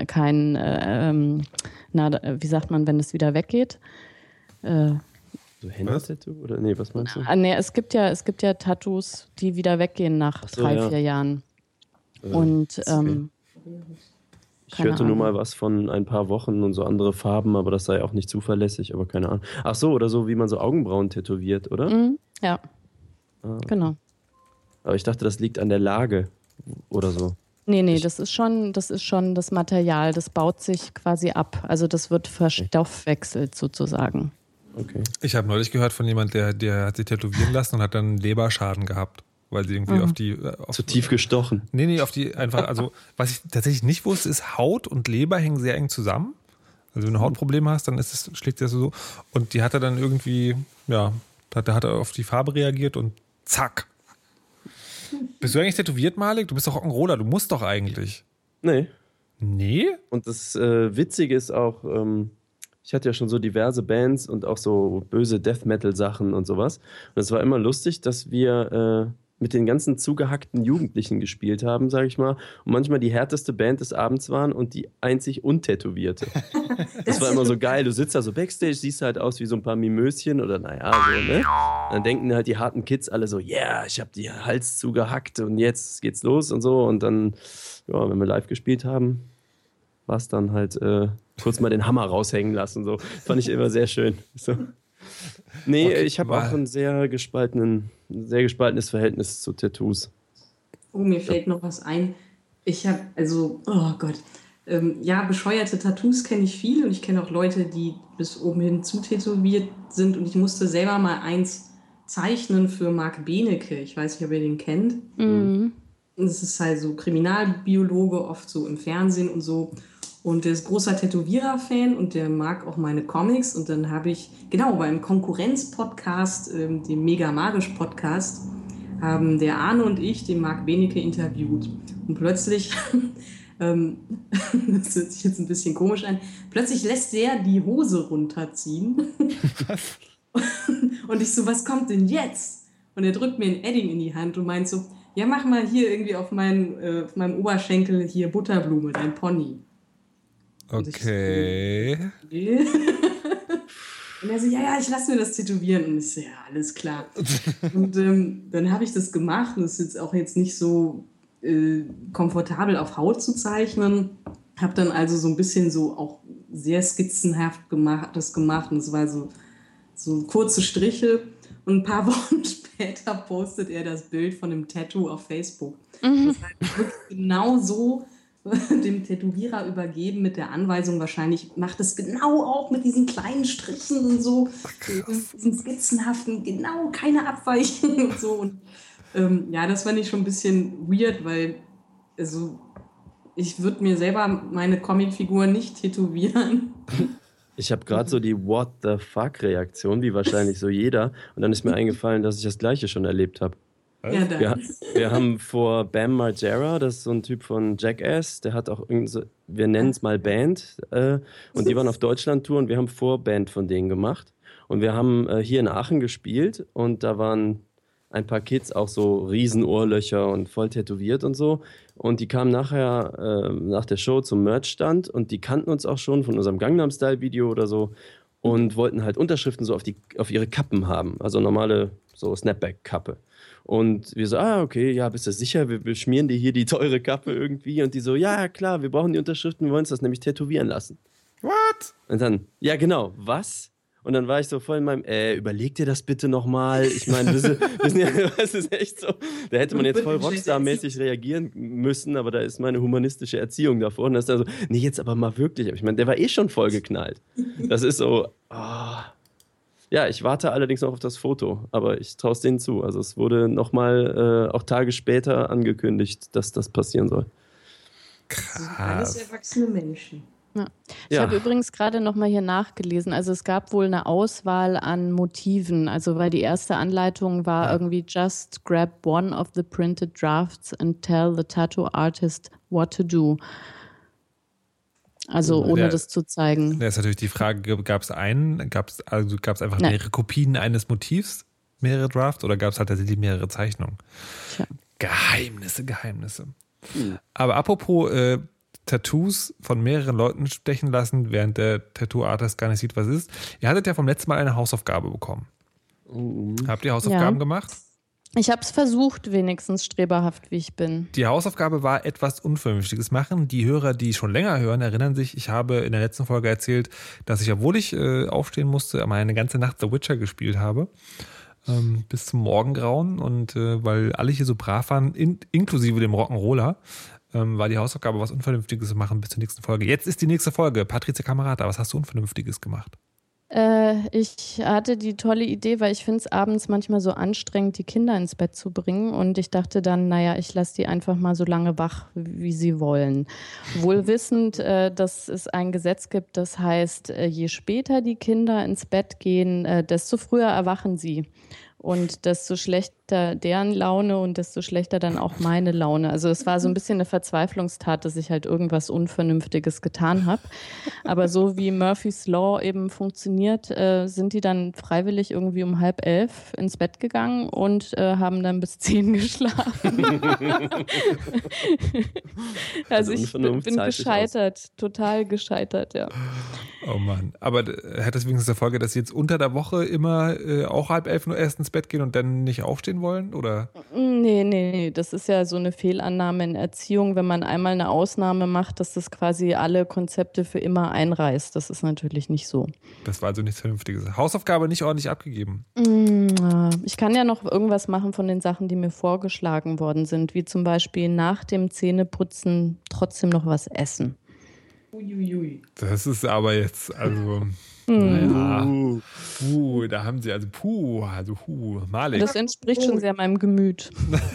wie sagt man, wenn es wieder weggeht?
So Händler-Tattoo? Oder nee, was meinst du?
Nee, es gibt ja Tattoos, die wieder weggehen nach 3-4 Jahren. Und
ich hörte nur mal was von ein paar Wochen und so andere Farben, aber das sei auch nicht zuverlässig, aber keine Ahnung. Ach so, oder so, wie man so Augenbrauen tätowiert, oder?
Ja, genau.
Aber ich dachte, das liegt an der Lage oder so.
Nee, das ist schon das Material, das baut sich quasi ab. Also das wird verstoffwechselt sozusagen.
Okay.
Ich habe neulich gehört von jemand, der hat sich tätowieren lassen und hat dann einen Leberschaden gehabt. Weil sie irgendwie
zu tief gestochen.
Nee, auf die einfach, also was ich tatsächlich nicht wusste, ist Haut und Leber hängen sehr eng zusammen. Also wenn du Hautprobleme hast, dann schlägt das so. Und die hat er dann irgendwie, da hat er auf die Farbe reagiert und zack. Bist du eigentlich tätowiert, Malik? Du bist doch Rock'n'Roller, du musst doch eigentlich.
Nee.
Nee?
Und das Witzige ist auch, ich hatte ja schon so diverse Bands und auch so böse Death-Metal-Sachen und sowas. Und es war immer lustig, dass wir mit den ganzen zugehackten Jugendlichen gespielt haben, sage ich mal, und manchmal die härteste Band des Abends waren und die einzig Untätowierte. Das war immer so geil. Du sitzt da so Backstage, siehst halt aus wie so ein paar Mimöschen oder naja, so, ne? Dann denken halt die harten Kids alle so, yeah, ich habe die Hals zugehackt und jetzt geht's los und so. Und dann, ja, wenn wir live gespielt haben, war es dann halt kurz mal den Hammer raushängen lassen. So. Fand ich immer sehr schön. So. Nee, okay, ich habe auch ein sehr gespaltenes Verhältnis zu Tattoos.
Oh, mir fällt noch was ein. Ich habe, oh Gott, bescheuerte Tattoos kenne ich viel und ich kenne auch Leute, die bis oben hin zutätowiert sind und ich musste selber mal eins zeichnen für Marc Benecke. Ich weiß nicht, ob ihr den kennt. Mhm. Das ist halt so Kriminalbiologe, oft so im Fernsehen und so. Und der ist großer Tätowierer-Fan und der mag auch meine Comics. Und dann habe ich, genau, beim Konkurrenz-Podcast, dem Mega Magisch-Podcast, haben der Arne und ich den Marc Benecke interviewt. Und plötzlich, das hört sich jetzt ein bisschen komisch an, plötzlich lässt der die Hose runterziehen. Und ich so, was kommt denn jetzt? Und er drückt mir ein Edding in die Hand und meint so, ja, mach mal hier irgendwie auf meinem Oberschenkel hier Butterblume, dein Pony.
Okay.
Und er so, ja, ich lasse mir das tätowieren. Und ich so, ja, alles klar. Und dann habe ich das gemacht. Und es ist jetzt nicht so komfortabel auf Haut zu zeichnen. Habe dann also so ein bisschen so auch sehr skizzenhaft das gemacht. Und es war so kurze Striche. Und ein paar Wochen später postet er das Bild von dem Tattoo auf Facebook. Mhm. Das heißt wirklich genau so dem Tätowierer übergeben mit der Anweisung, wahrscheinlich macht es genau auch mit diesen kleinen Strichen und so, diesen skizzenhaften, genau, keine Abweichungen und so. Und das fand ich schon ein bisschen weird, weil ich würde mir selber meine Comicfigur nicht tätowieren.
Ich habe gerade so die What the fuck-Reaktion, wie wahrscheinlich so jeder. Und dann ist mir eingefallen, dass ich das Gleiche schon erlebt habe.
Ja,
wir haben vor Bam Margera, das ist so ein Typ von Jackass, der hat auch wir nennen es mal Band, und die waren auf Deutschland-Tour und wir haben Vorband von denen gemacht. Und wir haben hier in Aachen gespielt und da waren ein paar Kids auch so Riesenohrlöcher und voll tätowiert und so. Und die kamen nachher nach der Show zum Merch-Stand und die kannten uns auch schon von unserem Gangnam-Style-Video oder so und wollten halt Unterschriften so auf ihre Kappen haben, also normale so Snapback-Kappe. Und wir so, okay, ja, bist du sicher? Wir schmieren dir hier die teure Kappe irgendwie. Und die so, ja, klar, wir brauchen die Unterschriften, wir wollen uns das nämlich tätowieren lassen.
What?
Und dann, ja, genau, was? Und dann war ich so voll in meinem, überleg dir das bitte nochmal. Ich meine, das ist echt so. Da hätte man jetzt voll Rockstar-mäßig reagieren müssen, aber da ist meine humanistische Erziehung davor. Und das ist dann so, nee, jetzt aber mal wirklich. Ich meine, der war schon voll geknallt. Das ist so, Ja, ich warte allerdings noch auf das Foto, aber ich traue es denen zu. Also es wurde nochmal auch Tage später angekündigt, dass das passieren soll.
Krass. Das sind alles erwachsene Menschen.
Ja. Ich habe übrigens gerade nochmal hier nachgelesen. Also es gab wohl eine Auswahl an Motiven. Also weil die erste Anleitung war irgendwie just grab one of the printed drafts and tell the tattoo artist what to do. Also ohne das zu zeigen.
Da ist natürlich die Frage, gab es einfach mehrere Kopien eines Motivs, mehrere Drafts, oder gab es halt tatsächlich mehrere Zeichnungen? Tja. Geheimnisse. Aber apropos Tattoos von mehreren Leuten stechen lassen, während der Tattoo-Artist gar nicht sieht, was ist. Ihr hattet ja vom letzten Mal eine Hausaufgabe bekommen. Habt ihr Hausaufgaben gemacht?
Ich habe es versucht, wenigstens streberhaft, wie ich bin.
Die Hausaufgabe war etwas Unvernünftiges machen. Die Hörer, die schon länger hören, erinnern sich, ich habe in der letzten Folge erzählt, dass ich, obwohl ich aufstehen musste, mal eine ganze Nacht The Witcher gespielt habe. Bis zum Morgengrauen. Und weil alle hier so brav waren, inklusive dem Rock'n'Roller, war die Hausaufgabe, was Unvernünftiges zu machen bis zur nächsten Folge. Jetzt ist die nächste Folge. Patrizia Kamerata, was hast du Unvernünftiges gemacht?
Ich hatte die tolle Idee, weil ich finde es abends manchmal so anstrengend, die Kinder ins Bett zu bringen. Und ich dachte dann, ich lasse die einfach mal so lange wach, wie sie wollen. Wohl wissend, dass es ein Gesetz gibt, das heißt, je später die Kinder ins Bett gehen, desto früher erwachen sie. Und desto schlechter deren Laune und desto schlechter dann auch meine Laune. Also es war so ein bisschen eine Verzweiflungstat, dass ich halt irgendwas Unvernünftiges getan habe. Aber so wie Murphy's Law eben funktioniert, sind die dann freiwillig irgendwie um 10:30 ins Bett gegangen und haben dann bis 10 geschlafen. Also ich bin gescheitert, total gescheitert, ja.
Oh Mann. Aber hat das wenigstens zur Folge, dass Sie jetzt unter der Woche immer auch 10:30 nur erst ins Bett gehen und dann nicht aufstehen wollen? Oder?
Nee. Das ist ja so eine Fehlannahme in Erziehung, wenn man einmal eine Ausnahme macht, dass das quasi alle Konzepte für immer einreißt. Das ist natürlich nicht so.
Das war also nichts Vernünftiges. Hausaufgabe nicht ordentlich abgegeben.
Ich kann ja noch irgendwas machen von den Sachen, die mir vorgeschlagen worden sind, wie zum Beispiel nach dem Zähneputzen trotzdem noch was essen.
Uiuiui.
Das ist aber jetzt, also, naja, da haben Sie, Malik.
Das entspricht schon sehr meinem Gemüt.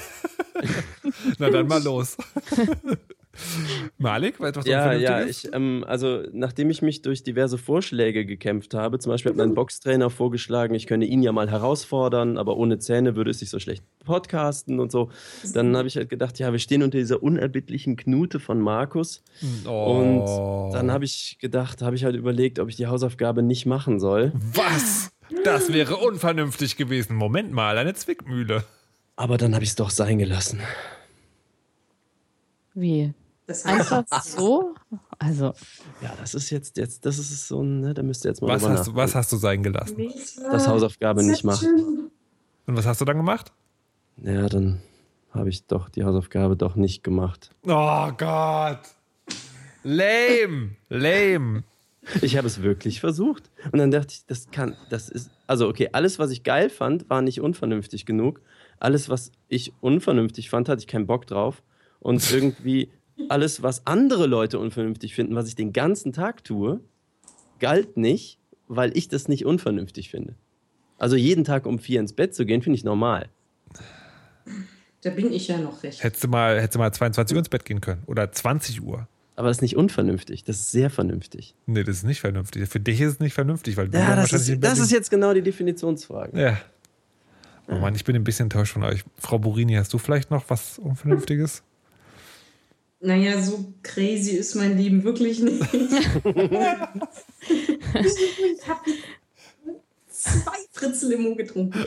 Na dann mal los. Malik, was
also nachdem ich mich durch diverse Vorschläge gekämpft habe, zum Beispiel hat mein Boxtrainer vorgeschlagen, ich könne ihn ja mal herausfordern, aber ohne Zähne würde es sich so schlecht podcasten und so. Dann habe ich halt gedacht, ja, wir stehen unter dieser unerbittlichen Knute von Markus. Und dann habe ich halt überlegt, ob ich die Hausaufgabe nicht machen soll.
Was? Das wäre unvernünftig gewesen. Moment mal, eine Zwickmühle.
Aber dann habe ich es doch sein gelassen.
Wie?
Das
Einfach so? Also.
Ja, das ist das ist so ein, ne, da müsst ihr jetzt mal
was hast du sein gelassen?
Das Hausaufgabe nicht machen.
Und was hast du dann gemacht?
Ja, dann habe ich doch die Hausaufgabe doch nicht gemacht.
Oh Gott. Lame.
Ich habe es wirklich versucht. Und dann dachte ich, alles, was ich geil fand, war nicht unvernünftig genug. Alles, was ich unvernünftig fand, hatte ich keinen Bock drauf. Und irgendwie alles, was andere Leute unvernünftig finden, was ich den ganzen Tag tue, galt nicht, weil ich das nicht unvernünftig finde. Also jeden Tag um 4 ins Bett zu gehen, finde ich normal.
Da bin ich ja noch recht.
Hättest du mal 22 Uhr ins Bett gehen können. Oder 20 Uhr.
Aber das ist nicht unvernünftig, das ist sehr vernünftig.
Nee, das ist nicht vernünftig. Für dich ist es nicht vernünftig, weil du
ja, das
wahrscheinlich
ist jetzt genau die Definitionsfrage.
Ja. Oh Mann, ich bin ein bisschen enttäuscht von euch. Frau Burini, hast du vielleicht noch was Unvernünftiges?
Naja, so crazy ist mein Leben wirklich nicht. Ich habe 2 Fritzel im Mund getrunken.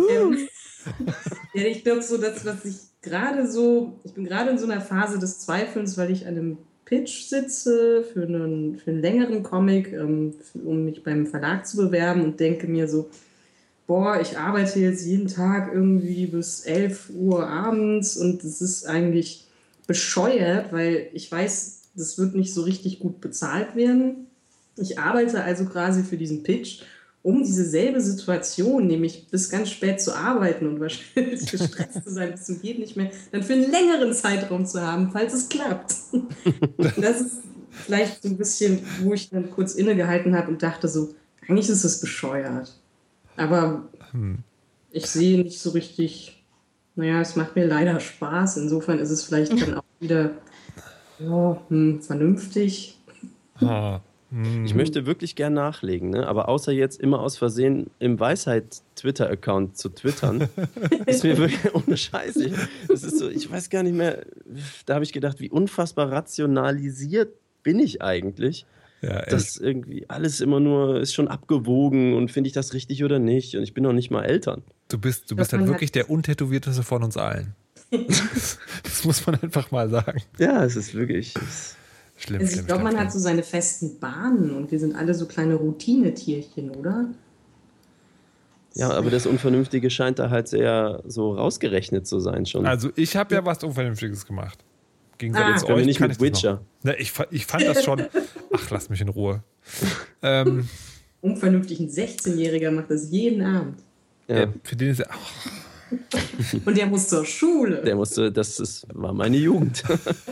Ja, ich glaube so, das, was ich bin gerade in so einer Phase des Zweifelns, weil ich an einem Pitch sitze für einen längeren Comic, um mich beim Verlag zu bewerben und denke mir so, ich arbeite jetzt jeden Tag irgendwie bis 11 Uhr abends und das ist eigentlich bescheuert, weil ich weiß, das wird nicht so richtig gut bezahlt werden. Ich arbeite also quasi für diesen Pitch, um diese selbe Situation, nämlich bis ganz spät zu arbeiten und wahrscheinlich gestresst zu sein, bis zum geht nicht mehr, dann für einen längeren Zeitraum zu haben, falls es klappt. Das ist vielleicht so ein bisschen, wo ich dann kurz innegehalten habe und dachte so, eigentlich ist es bescheuert. Aber ich sehe nicht so richtig, es macht mir leider Spaß. Insofern ist es vielleicht dann auch wieder vernünftig.
Ich möchte wirklich gern nachlegen, ne? Aber außer jetzt immer aus Versehen im Weisheit-Twitter-Account zu twittern, ist mir wirklich ohne Scheiß. Das ist so, ich weiß gar nicht mehr, da habe ich gedacht, wie unfassbar rationalisiert bin ich eigentlich? Ja, das irgendwie alles immer nur ist schon abgewogen und finde ich das richtig oder nicht? Und ich bin noch nicht mal Eltern.
Du bist halt wirklich der Untätowierteste von uns allen. Das muss man einfach mal sagen.
Ja, es ist wirklich
schlimm.
Ich glaube, man hat so seine festen Bahnen und wir sind alle so kleine Routinetierchen, oder?
Ja, aber das Unvernünftige scheint da halt sehr so rausgerechnet zu sein schon.
Also ich habe ja was Unvernünftiges gemacht. Gegensatz
euch nicht mit Witcher.
Ne, ich fand das schon. Ach, lass mich in Ruhe.
Unvernünftig, ein 16-Jähriger macht das jeden Abend.
Ja.
Für den ist er.
Und der muss zur Schule.
War meine Jugend.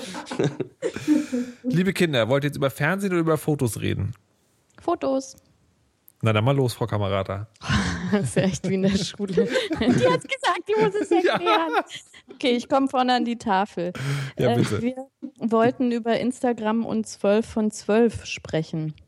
Liebe Kinder, wollt ihr jetzt über Fernsehen oder über Fotos reden?
Fotos.
Na dann mal los, Frau Kamerata.
Das ist ja echt wie in der Schule. Die hat gesagt, die muss es erklären. Ja. Okay, ich komme vorne an die Tafel.
Ja, bitte.
Wir wollten über Instagram und 12 von 12 sprechen.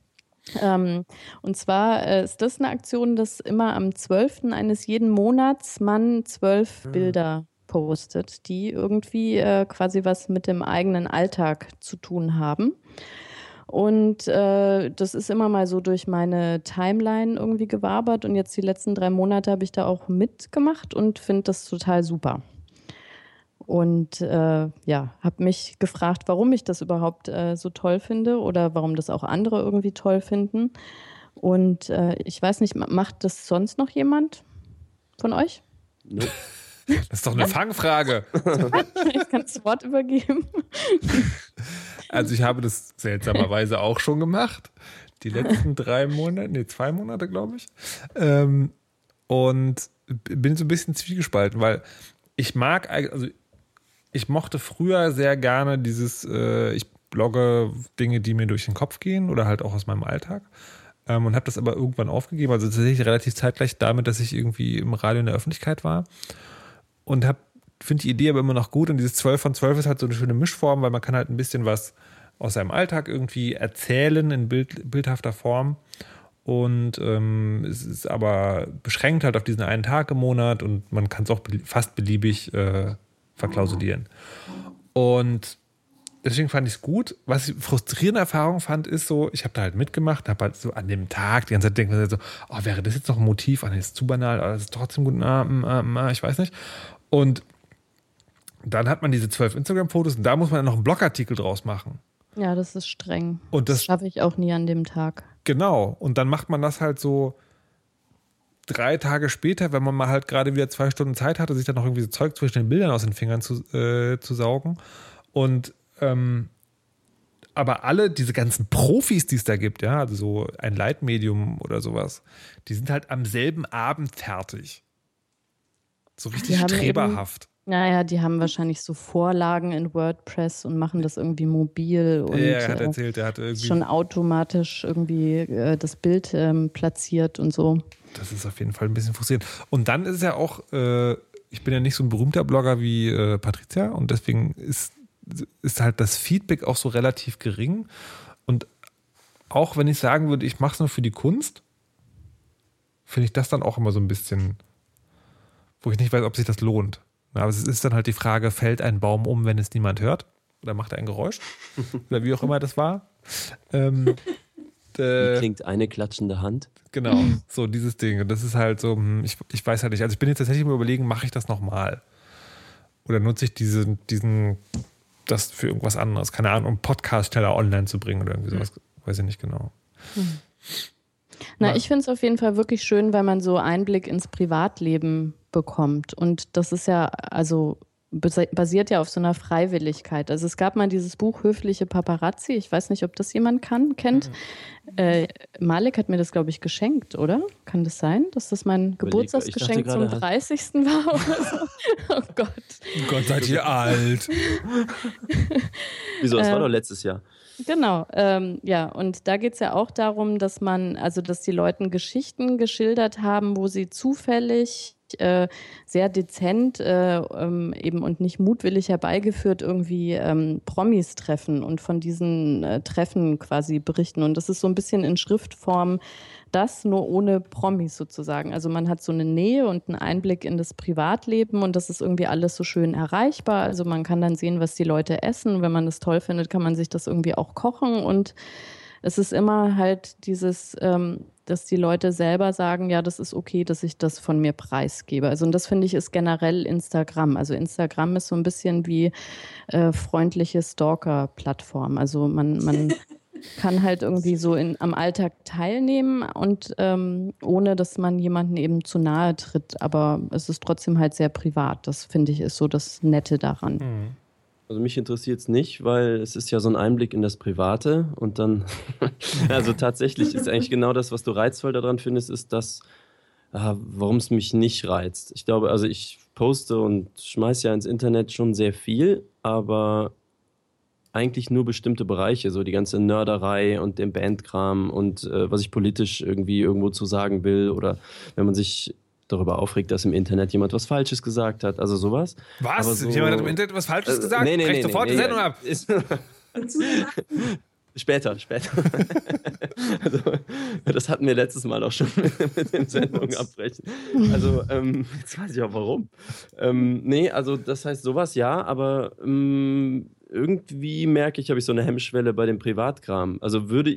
Und zwar ist das eine Aktion, dass immer am 12. eines jeden Monats man 12 Bilder postet, die irgendwie quasi was mit dem eigenen Alltag zu tun haben. Und das ist immer mal so durch meine Timeline irgendwie gewabert. Und jetzt die letzten 3 Monate habe ich da auch mitgemacht und finde das total super. Und habe mich gefragt, warum ich das überhaupt so toll finde oder warum das auch andere irgendwie toll finden. Und ich weiß nicht, macht das sonst noch jemand von euch?
Nope.
Das ist doch eine Fangfrage.
Ich kann das Wort übergeben.
Also ich habe das seltsamerweise auch schon gemacht. Die letzten 2 Monate, glaube ich. Und bin so ein bisschen zwiegespalten, weil ich mochte früher sehr gerne dieses, ich blogge Dinge, die mir durch den Kopf gehen oder halt auch aus meinem Alltag. Und habe das aber irgendwann aufgegeben, also tatsächlich relativ zeitgleich damit, dass ich irgendwie im Radio in der Öffentlichkeit war. Und finde die Idee aber immer noch gut. Und dieses 12 von 12 ist halt so eine schöne Mischform, weil man kann halt ein bisschen was aus seinem Alltag irgendwie erzählen in bildhafter Form. Und es ist aber beschränkt halt auf diesen einen Tag im Monat und man kann es auch fast beliebig verklausulieren. Und deswegen fand ich es gut. Was ich frustrierende Erfahrung fand, ist so, ich habe da halt mitgemacht, habe halt so an dem Tag die ganze Zeit denken so, wäre das jetzt noch ein Motiv? Das ist zu banal, aber das ist trotzdem gut, ich weiß nicht. Und dann hat man diese 12 Instagram-Fotos und da muss man dann noch einen Blogartikel draus machen.
Ja, das ist streng.
Und das
schaffe ich auch nie an dem Tag.
Genau. Und dann macht man das halt so 3 Tage später, wenn man mal halt gerade wieder 2 Stunden Zeit hatte, sich dann noch irgendwie so Zeug zwischen den Bildern aus den Fingern zu saugen. Und aber alle diese ganzen Profis, die es da gibt, ja, also so ein Leitmedium oder sowas, die sind halt am selben Abend fertig. So richtig streberhaft.
Naja, die haben wahrscheinlich so Vorlagen in WordPress und machen das irgendwie mobil. Und,
er hat erzählt, er hat irgendwie
schon automatisch irgendwie das Bild platziert und so.
Das ist auf jeden Fall ein bisschen frustrierend. Und dann ist ja auch, ich bin ja nicht so ein berühmter Blogger wie Patricia und deswegen ist halt das Feedback auch so relativ gering. Und auch wenn ich sagen würde, ich mache es nur für die Kunst, finde ich das dann auch immer so ein bisschen, wo ich nicht weiß, ob sich das lohnt. Aber es ist dann halt die Frage, fällt ein Baum um, wenn es niemand hört? Oder macht er ein Geräusch? Oder wie auch immer das war.
Wie klingt eine klatschende Hand?
Genau, so dieses Ding. Und das ist halt so, ich weiß halt nicht. Also ich bin jetzt tatsächlich mal überlegen, mache ich das nochmal? Oder nutze ich das für irgendwas anderes? Keine Ahnung, um Podcast schneller online zu bringen oder irgendwie sowas. Weiß ich nicht genau.
Na, ich finde es auf jeden Fall wirklich schön, weil man so Einblick ins Privatleben bekommt. Und das ist ja, also basiert ja auf so einer Freiwilligkeit. Also es gab mal dieses Buch Höfliche Paparazzi. Ich weiß nicht, ob das jemand kennt. Malik hat mir das, glaube ich, geschenkt, oder? Kann das sein, dass das mein Geburtstagsgeschenk zum 30. war oder so? Oh Gott.
Gott, seid ihr alt.
Wieso? Das war doch letztes Jahr.
Genau, und da geht es ja auch darum, dass die Leute Geschichten geschildert haben, wo sie zufällig sehr dezent eben und nicht mutwillig herbeigeführt irgendwie Promis treffen und von diesen Treffen quasi berichten. Und das ist so ein bisschen in Schriftform das, nur ohne Promis sozusagen. Also man hat so eine Nähe und einen Einblick in das Privatleben und das ist irgendwie alles so schön erreichbar. Also man kann dann sehen, was die Leute essen. Wenn man das toll findet, kann man sich das irgendwie auch kochen und es ist immer halt dieses, dass die Leute selber sagen, ja, das ist okay, dass ich das von mir preisgebe. Also und das finde ich ist generell Instagram. Also Instagram ist so ein bisschen wie freundliche Stalker-Plattform. Also man kann halt irgendwie so am Alltag teilnehmen und ohne, dass man jemanden eben zu nahe tritt. Aber es ist trotzdem halt sehr privat. Das finde ich ist so das Nette daran.
Also mich interessiert es nicht, weil es ist ja so ein Einblick in das Private und dann, also tatsächlich ist eigentlich genau das, was du reizvoll daran findest, ist das, warum es mich nicht reizt. Ich glaube, also ich poste und schmeiße ja ins Internet schon sehr viel, aber eigentlich nur bestimmte Bereiche, so die ganze Nörderei und den Bandkram und was ich politisch irgendwie irgendwo zu sagen will oder wenn man sich darüber aufregt, dass im Internet jemand was Falsches gesagt hat, also sowas.
Was?
So,
jemand hat im Internet was Falsches gesagt?
Nee,
Brech sofort die Sendung ab.
Später. Also, das hatten wir letztes Mal auch schon mit dem Sendung abbrechen. Also, jetzt weiß ich auch warum. Nee, also das heißt sowas ja, aber irgendwie merke ich, habe ich so eine Hemmschwelle bei dem Privatkram. Also würde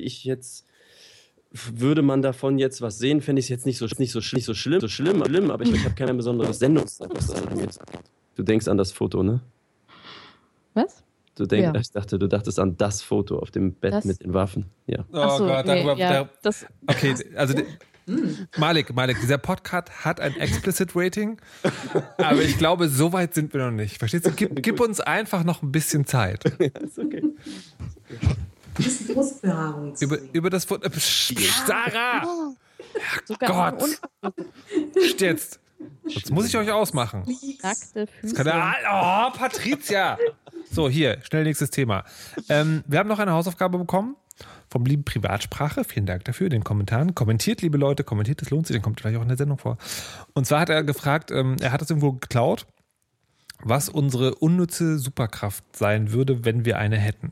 man davon jetzt was sehen, fände ich es jetzt nicht so schlimm, aber ich habe keine besondere Sendungszeit, was das angeht. Du denkst an das Foto, ne?
Was?
Ich dachtest an das Foto auf dem Bett mit den Waffen. Ja.
Oh
so,
Gott,
nee,
okay, also Malik, dieser Podcast hat ein Explicit Rating, aber ich glaube, so weit sind wir noch nicht. Verstehst du? Gib uns einfach noch ein bisschen Zeit.
Ja, ist okay.
Das ist Brustbehaarung.
Über das Foto. Sarah!
Sogar
Gott! Jetzt. Sonst muss ich euch ausmachen.
nackte Füße.
Patricia! So, hier, schnell nächstes Thema. Wir haben noch eine Hausaufgabe bekommen vom lieben Privatsprache. Vielen Dank dafür, den Kommentaren. Kommentiert, liebe Leute, kommentiert, das lohnt sich, dann kommt vielleicht auch in der Sendung vor. Und zwar hat er gefragt, er hat es irgendwo geklaut, was unsere unnütze Superkraft sein würde, wenn wir eine hätten.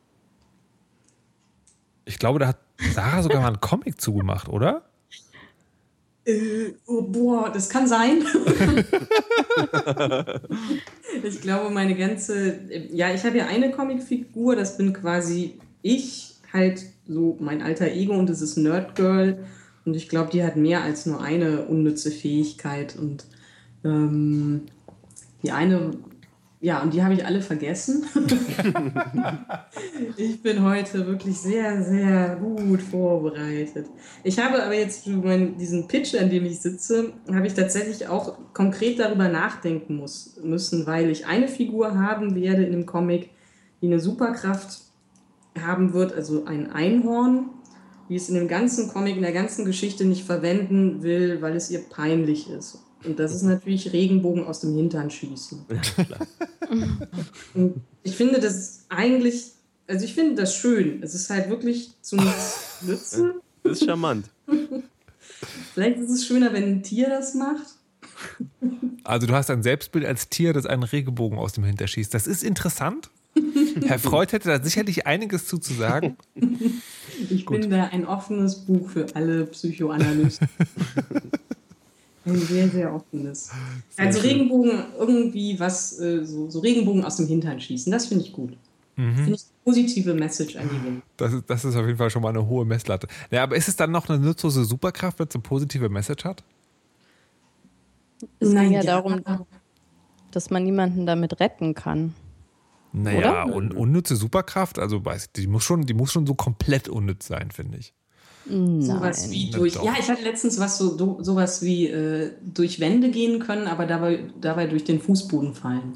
Ich glaube, da hat Sarah sogar mal einen Comic zugemacht, oder?
Das kann sein. Ich glaube, meine ganze... Ja, ich habe ja eine Comicfigur, das bin quasi ich, halt so mein alter Ego und das ist Nerd Girl. Und ich glaube, die hat mehr als nur eine unnütze Fähigkeit. Und die eine... Ja, und die habe ich alle vergessen. Ich bin heute wirklich sehr, sehr gut vorbereitet. Ich habe aber jetzt für diesen Pitch, an dem ich sitze, habe ich tatsächlich auch konkret darüber nachdenken müssen, weil ich eine Figur haben werde in dem Comic, die eine Superkraft haben wird, also ein Einhorn, die es in dem ganzen Comic, in der ganzen Geschichte nicht verwenden will, weil es ihr peinlich ist. Und das ist natürlich Regenbogen aus dem Hintern schießen. Ja, klar. Und ich finde das eigentlich, also ich finde das schön. Es ist halt wirklich zu nichts nützen.
Das ist charmant.
Vielleicht ist es schöner, wenn ein Tier das macht.
Also du hast ein Selbstbild als Tier, das einen Regenbogen aus dem Hintern schießt. Das ist interessant. Herr Freud hätte da sicherlich einiges zu sagen.
Ich bin da ein offenes Buch für alle Psychoanalysten. Ein sehr, sehr offenes. Also Regenbogen irgendwie so Regenbogen aus dem Hintern schießen, das finde ich gut. Finde ich eine positive Message an die Welt.
Das ist auf jeden Fall schon mal eine hohe Messlatte. Ja, aber ist es dann noch eine nutzlose Superkraft, wenn es eine positive Message hat?
Es ging ja darum, dass man niemanden damit retten kann.
Naja, und unnütze Superkraft, also die muss schon so komplett unnütz sein, finde ich.
Sowas wie ich hatte letztens sowas wie durch Wände gehen können, aber dabei durch den Fußboden fallen.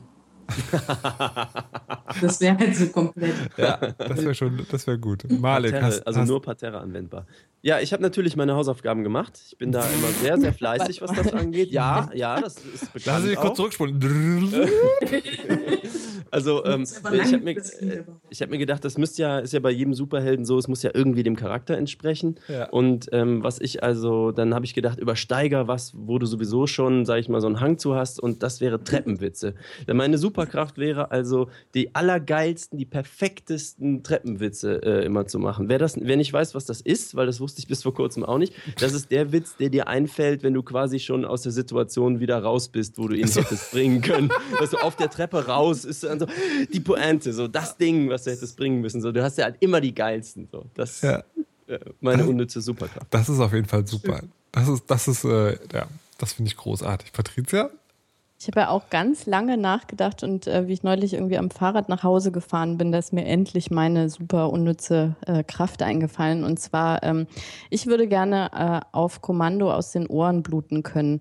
Das wäre halt so komplett.
Ja, das wäre gut. Malik,
nur Parterre anwendbar. Ja, ich habe natürlich meine Hausaufgaben gemacht. Ich bin da immer sehr, sehr fleißig, was das angeht. Ja, das ist bekannt.
Lass mich kurz zurückspulen.
Also, ich hab mir gedacht, das ist ja bei jedem Superhelden so, es muss ja irgendwie dem Charakter entsprechen. Ja. Und dann habe ich gedacht, übersteiger was, wo du sowieso schon, sag ich mal, so einen Hang zu hast, und das wäre Treppenwitze. Denn meine Superkraft wäre also, die allergeilsten, die perfektesten Treppenwitze immer zu machen. Wer nicht weiß, was das ist, weil das wusste ich bis vor kurzem auch nicht, das ist der Witz, der dir einfällt, wenn du quasi schon aus der Situation wieder raus bist, wo du ihn hättest bringen können. Dass du auf der Treppe raus ist dann so die Pointe, so das Ding, was du hättest bringen müssen. So, du hast ja halt immer die geilsten. So. Das ist meine unnütze Superkraft.
Das ist auf jeden Fall super. Das finde ich großartig. Patricia?
Ich habe ja auch ganz lange nachgedacht und wie ich neulich irgendwie am Fahrrad nach Hause gefahren bin, da ist mir endlich meine super unnütze Kraft eingefallen. Und zwar, ich würde gerne auf Kommando aus den Ohren bluten können.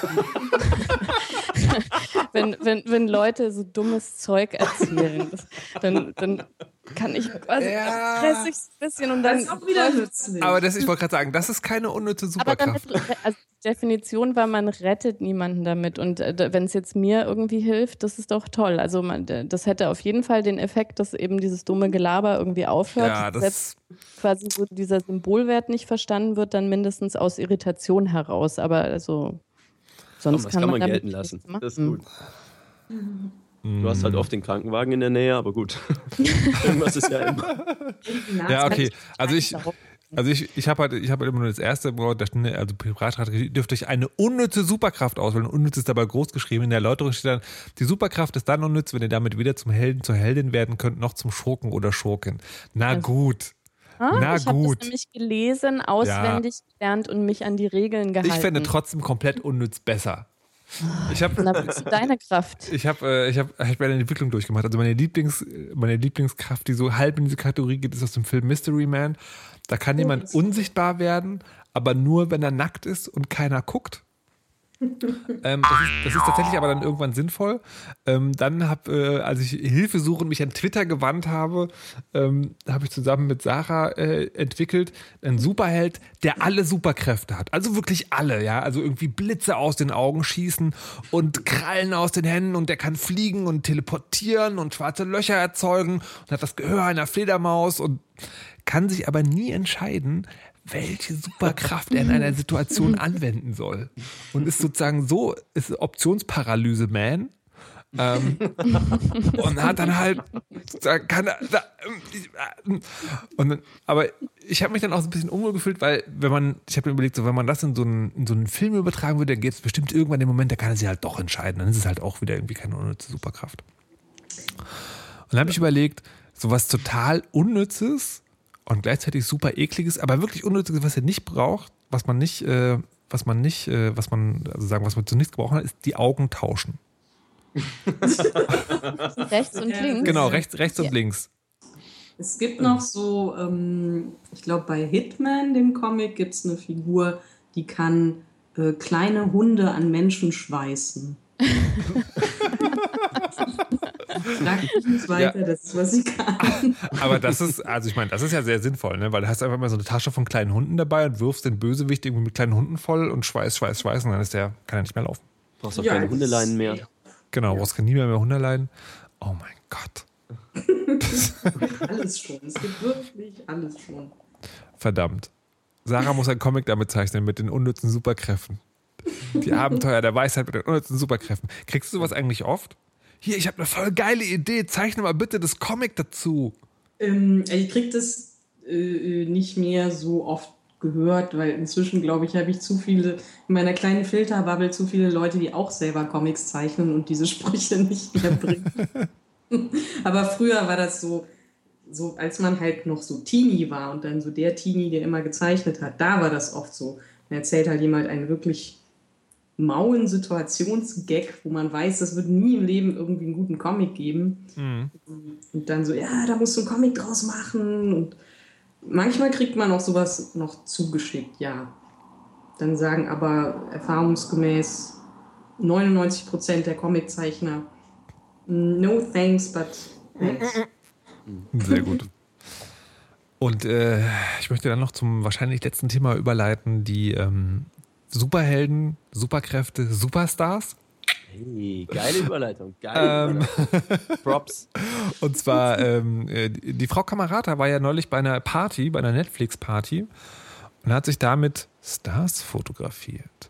wenn Leute so dummes Zeug erzählen, dann kann ich quasi fress ich ein bisschen und dann
auch wieder nützlich.
Aber ich wollte gerade sagen, das ist keine unnütze Superkraft.
Aber also die Definition war, man rettet niemanden damit, und wenn es jetzt mir irgendwie hilft, das ist doch toll. Also das hätte auf jeden Fall den Effekt, dass eben dieses dumme Gelaber irgendwie aufhört.
Ja,
selbst quasi so dieser Symbolwert nicht verstanden wird, dann mindestens aus Irritation heraus. Aber also sonst
kann man gelten lassen. Das ist gut. Du hast halt oft den Krankenwagen in der Nähe, aber gut. Irgendwas ist ja immer.
Ja, okay. Also ich habe halt immer nur das erste Wort, also Piratstrategie, dürft euch eine unnütze Superkraft auswählen. Unnütz ist dabei groß geschrieben. In der Erläuterung steht dann, die Superkraft ist dann unnütz, wenn ihr damit weder zum Helden, zur Heldin werden könnt, noch zum Schurken oder Schurkin. Na gut. Na
ich habe
gut.
das nämlich gelesen, auswendig gelernt und mich an die Regeln gehalten.
Ich fände trotzdem komplett unnütz besser.
Na, deine Kraft.
Ich hab eine Entwicklung durchgemacht. Also meine Lieblingskraft, die so halb in diese Kategorie geht, ist aus dem Film Mystery Man. Da kann jemand unsichtbar werden, aber nur, wenn er nackt ist und keiner guckt. Das ist tatsächlich aber dann irgendwann sinnvoll. Dann als ich Hilfe suchend mich an Twitter gewandt habe, habe ich zusammen mit Sarah entwickelt einen Superheld, der alle Superkräfte hat. Also wirklich alle, ja. Also irgendwie Blitze aus den Augen schießen und Krallen aus den Händen und der kann fliegen und teleportieren und schwarze Löcher erzeugen und hat das Gehör einer Fledermaus und kann sich aber nie entscheiden, welche Superkraft er in einer Situation anwenden soll. Und ist sozusagen ist Optionsparalyse-Man. Und hat dann halt, aber ich habe mich dann auch so ein bisschen unwohl gefühlt, weil ich habe mir überlegt, so, wenn man das in so einen Film übertragen würde, dann gibt es bestimmt irgendwann den Moment, da kann er sich halt doch entscheiden. Dann ist es halt auch wieder irgendwie keine unnütze Superkraft. Und dann habe ich überlegt, so was total Unnützes und gleichzeitig super ekliges, aber wirklich unnötiges, was ihr nicht braucht, was man zu nichts gebrauchen hat, ist die Augen tauschen.
Rechts und links.
Genau, rechts und links.
Es gibt noch so, ich glaube bei Hitman, dem Comic, gibt es eine Figur, die kann kleine Hunde an Menschen schweißen. Frag mich nicht weiter, ja. Das ist, was ich kann.
Aber das ist ja sehr sinnvoll, ne? Weil du hast einfach mal so eine Tasche von kleinen Hunden dabei und wirfst den Bösewicht irgendwie mit kleinen Hunden voll und schweiß und dann kann er nicht mehr laufen.
Du brauchst auch keine Hundeleinen mehr.
Genau, du brauchst nie mehr Hundeleinen. Oh mein Gott.
Alles schon, es gibt wirklich alles schon.
Verdammt. Sarah muss ein Comic damit zeichnen, mit den unnützen Superkräften. Die Abenteuer der Weisheit mit den unnützen Superkräften. Kriegst du sowas eigentlich oft? Hier, ich habe eine voll geile Idee, zeichne mal bitte das Comic dazu.
Ich krieg das nicht mehr so oft gehört, weil inzwischen, glaube ich, habe ich zu viele, in meiner kleinen Filterbubble zu viele Leute, die auch selber Comics zeichnen und diese Sprüche nicht mehr bringen. Aber früher war das so, als man halt noch so Teenie war und dann so der Teenie, der immer gezeichnet hat, da war das oft so. Da erzählt halt jemand einen wirklich mauen Situationsgag, wo man weiß, das wird nie im Leben irgendwie einen guten Comic geben. Mhm. Und dann so, ja, da musst du einen Comic draus machen. Und manchmal kriegt man auch sowas noch zugeschickt, ja. Dann sagen aber erfahrungsgemäß 99% der Comiczeichner, no thanks, but thanks.
Sehr gut. Und ich möchte dann noch zum wahrscheinlich letzten Thema überleiten, die Superhelden, Superkräfte, Superstars.
Hey, geile Überleitung. Props.
Und zwar, die Frau Kamerata war ja neulich bei einer Party, bei einer Netflix-Party und hat sich damit Stars fotografiert.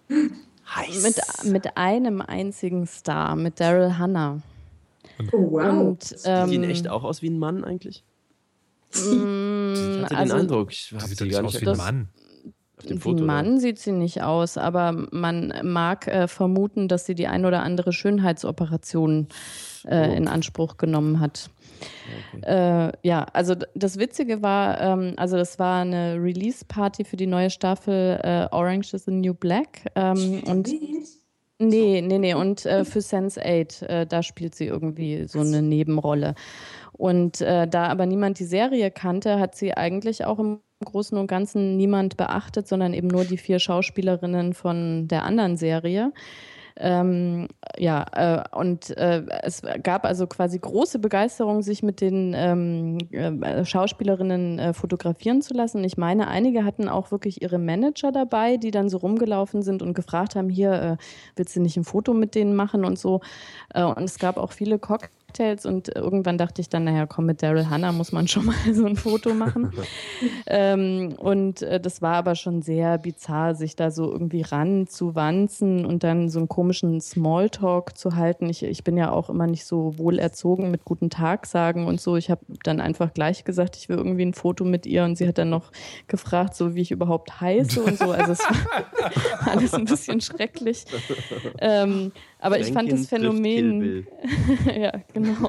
Mit einem einzigen Star, mit Daryl Hannah.
Oh, wow.
Und, sieht die in echt auch aus wie ein Mann eigentlich? Ich hatte den Eindruck, ich habe sie gar nicht
wie ein Mann.
Wie ein Mann sieht sie nicht aus, aber man mag vermuten, dass sie die ein oder andere Schönheitsoperation in Anspruch genommen hat. Okay. Also das Witzige war, das war eine Release-Party für die neue Staffel Orange is the New Black. Nee. Und für Sense8, da spielt sie irgendwie so eine Nebenrolle. Und da aber niemand die Serie kannte, hat sie eigentlich auch im Großen und Ganzen niemand beachtet, sondern eben nur die 4 Schauspielerinnen von der anderen Serie. Es gab also quasi große Begeisterung, sich mit den Schauspielerinnen fotografieren zu lassen. Ich meine, einige hatten auch wirklich ihre Manager dabei, die dann so rumgelaufen sind und gefragt haben, hier, willst du nicht ein Foto mit denen machen und so. Und es gab auch viele Cocktails Cocktails und irgendwann dachte ich dann, naja, komm, mit Daryl Hannah muss man schon mal so ein Foto machen. Und das war aber schon sehr bizarr, sich da so irgendwie ranzuwanzen und dann so einen komischen Smalltalk zu halten. Ich bin ja auch immer nicht so wohl erzogen mit guten Tag sagen und so. Ich habe dann einfach gleich gesagt, ich will irgendwie ein Foto mit ihr und sie hat dann noch gefragt, so wie ich überhaupt heiße und so. Also es war alles ein bisschen schrecklich. Aber ich fand das Phänomen... ja, genau.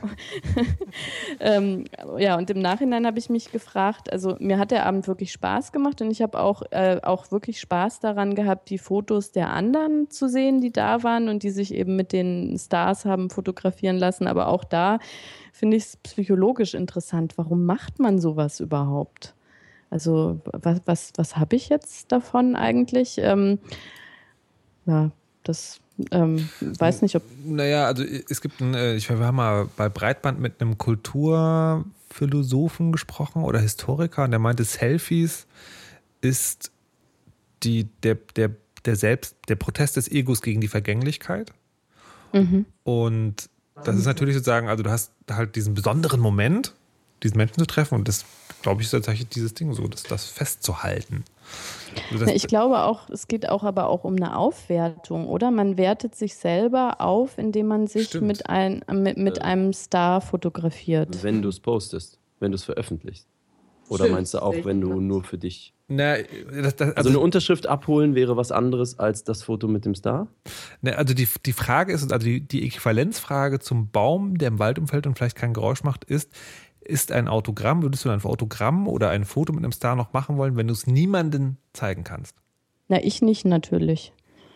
Ja, und im Nachhinein habe ich mich gefragt, also mir hat der Abend wirklich Spaß gemacht und ich habe auch wirklich Spaß daran gehabt, die Fotos der anderen zu sehen, die da waren und die sich eben mit den Stars haben fotografieren lassen. Aber auch da finde ich es psychologisch interessant. Warum macht man sowas überhaupt? Also was habe ich jetzt davon eigentlich? Ja, das weiß nicht, ob...
Naja, also es gibt wir haben mal bei Breitband mit einem Kulturphilosophen gesprochen oder Historiker und der meinte, Selfies ist der Protest des Egos gegen die Vergänglichkeit. Mhm. Und das ist natürlich sozusagen, also du hast halt diesen besonderen Moment, diesen Menschen zu treffen und das, glaube ich, ist tatsächlich dieses Ding so, das festzuhalten. Also
ich glaube auch, es geht auch aber auch um eine Aufwertung, oder? Man wertet sich selber auf, indem man sich mit einem Star fotografiert.
Wenn du es postest, wenn du es veröffentlicht. Oder meinst du auch, wenn du nur für dich...
Na,
also eine Unterschrift abholen wäre was anderes als das Foto mit dem Star?
Also die Frage ist, also die Äquivalenzfrage zum Baum, der im Wald umfällt und vielleicht kein Geräusch macht, ist ein Autogramm, würdest du ein Autogramm oder ein Foto mit einem Star noch machen wollen, wenn du es niemandem zeigen kannst?
Na, ich nicht natürlich.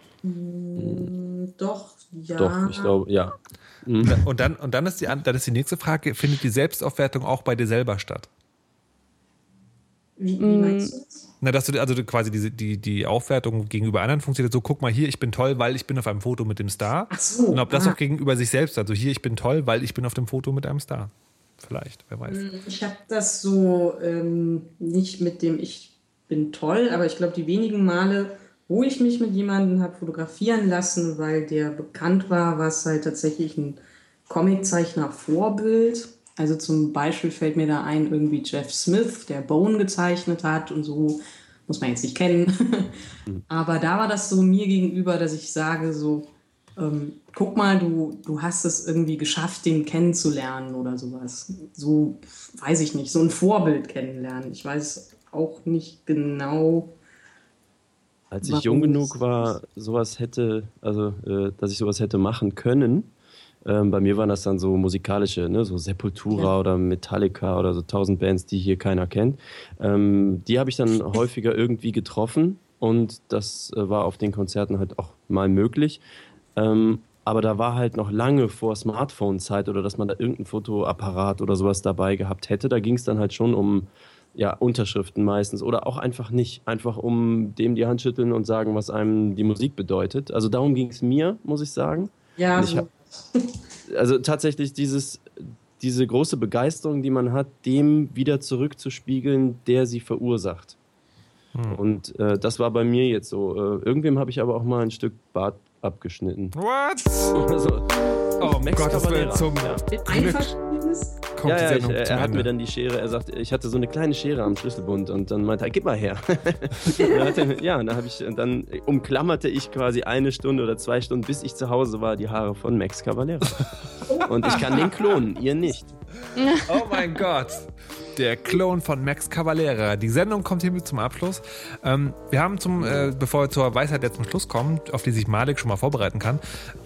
Doch, ja.
Doch, ich glaube, ja.
Und dann ist die nächste Frage, findet die Selbstaufwertung auch bei dir selber statt?
Wie meinst du das?
Na, dass du also quasi die Aufwertung gegenüber anderen funktioniert so, guck mal hier, ich bin toll, weil ich bin auf einem Foto mit dem Star.
Ach so,
und ob das auch gegenüber sich selbst, also hier, ich bin toll, weil ich bin auf dem Foto mit einem Star. Vielleicht, wer weiß.
Ich habe das so nicht mit dem ich bin toll, aber ich glaube, die wenigen Male, wo ich mich mit jemandem habe fotografieren lassen, weil der bekannt war, war es halt tatsächlich ein Comiczeichner-Vorbild. Also zum Beispiel fällt mir da ein, irgendwie Jeff Smith, der Bone gezeichnet hat und so, muss man jetzt nicht kennen. Aber da war das so mir gegenüber, dass ich sage so, guck mal, du hast es irgendwie geschafft, den kennenzulernen oder sowas. So, weiß ich nicht, so ein Vorbild kennenlernen. Ich weiß auch nicht genau.
Als ich jung genug war, dass ich sowas hätte machen können, bei mir waren das dann so musikalische, ne, so Sepultura oder Metallica oder so 1000 Bands, die hier keiner kennt. Die habe ich dann häufiger irgendwie getroffen und das war auf den Konzerten halt auch mal möglich. Aber da war halt noch lange vor Smartphone-Zeit oder dass man da irgendein Fotoapparat oder sowas dabei gehabt hätte. Da ging es dann halt schon um Unterschriften meistens oder auch einfach nicht. Einfach um dem die Hand schütteln und sagen, was einem die Musik bedeutet. Also darum ging es mir, muss ich sagen.
Ja,
also tatsächlich diese große Begeisterung, die man hat, dem wieder zurückzuspiegeln, der sie verursacht. Und das war bei mir jetzt so. Irgendwem habe ich aber auch mal ein Stück Bart abgeschnitten.
What?
Also,
oh mein Gott, das wird zum
Einverständnis?
kommt die Sendung zum
er hat
Ende.
mir dann die Schere, er sagt, ich hatte so eine kleine Schere am Schlüsselbund und dann meinte er, gib mal her. Dann umklammerte ich quasi 1 Stunde oder 2 Stunden, bis ich zu Hause war, die Haare von Max Cavalera. Und ich kann den klonen, ihr nicht.
Oh mein Gott. Der Klon von Max Cavalera. Die Sendung kommt hiermit zum Abschluss. Wir haben bevor wir zur Weisheit jetzt zum Schluss kommen, auf die sich Malik schon mal vorbereiten kann,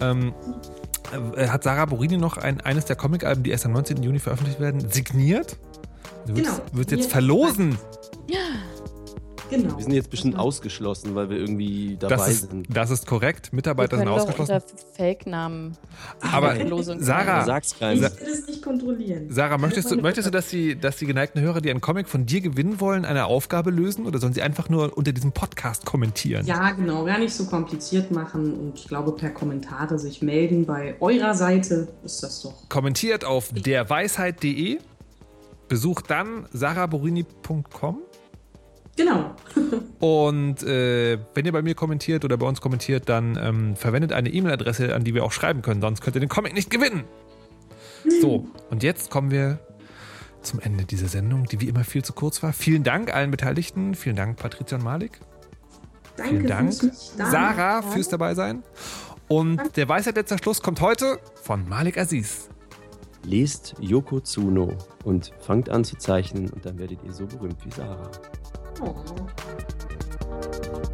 hat Sarah Borini noch eines der Comic-Alben, die erst am 19. Juni veröffentlicht werden, signiert. Du würdest jetzt verlosen.
Ja. Genau.
Wir sind jetzt bestimmt ausgeschlossen, weil wir irgendwie dabei sind.
Das ist korrekt. Mitarbeiter sind ausgeschlossen.
Unter Fake-Namen.
Aber Sarah,
ich will es nicht kontrollieren.
Sarah, möchtest du, dass die geneigten Hörer, die einen Comic von dir gewinnen wollen, eine Aufgabe lösen oder sollen sie einfach nur unter diesem Podcast kommentieren?
Ja, genau. Gar nicht so kompliziert machen und ich glaube per Kommentare sich melden. Bei eurer Seite ist das doch.
Kommentiert auf derweisheit.de. Besucht dann sarahborini.com.
Genau.
Und wenn ihr bei mir kommentiert oder bei uns kommentiert, dann verwendet eine E-Mail-Adresse, an die wir auch schreiben können, sonst könnt ihr den Comic nicht gewinnen. So, und jetzt kommen wir zum Ende dieser Sendung, die wie immer viel zu kurz war. Vielen Dank allen Beteiligten. Vielen Dank, Patricia und Malik.
Danke
Vielen Dank,
fürs
Sarah, fürs Dabeisein. Und der Weisheit letzter Schluss kommt heute von Malik Aziz.
Lest Yoko Tsuno und fangt an zu zeichnen und dann werdet ihr so berühmt wie Sarah.
Oh.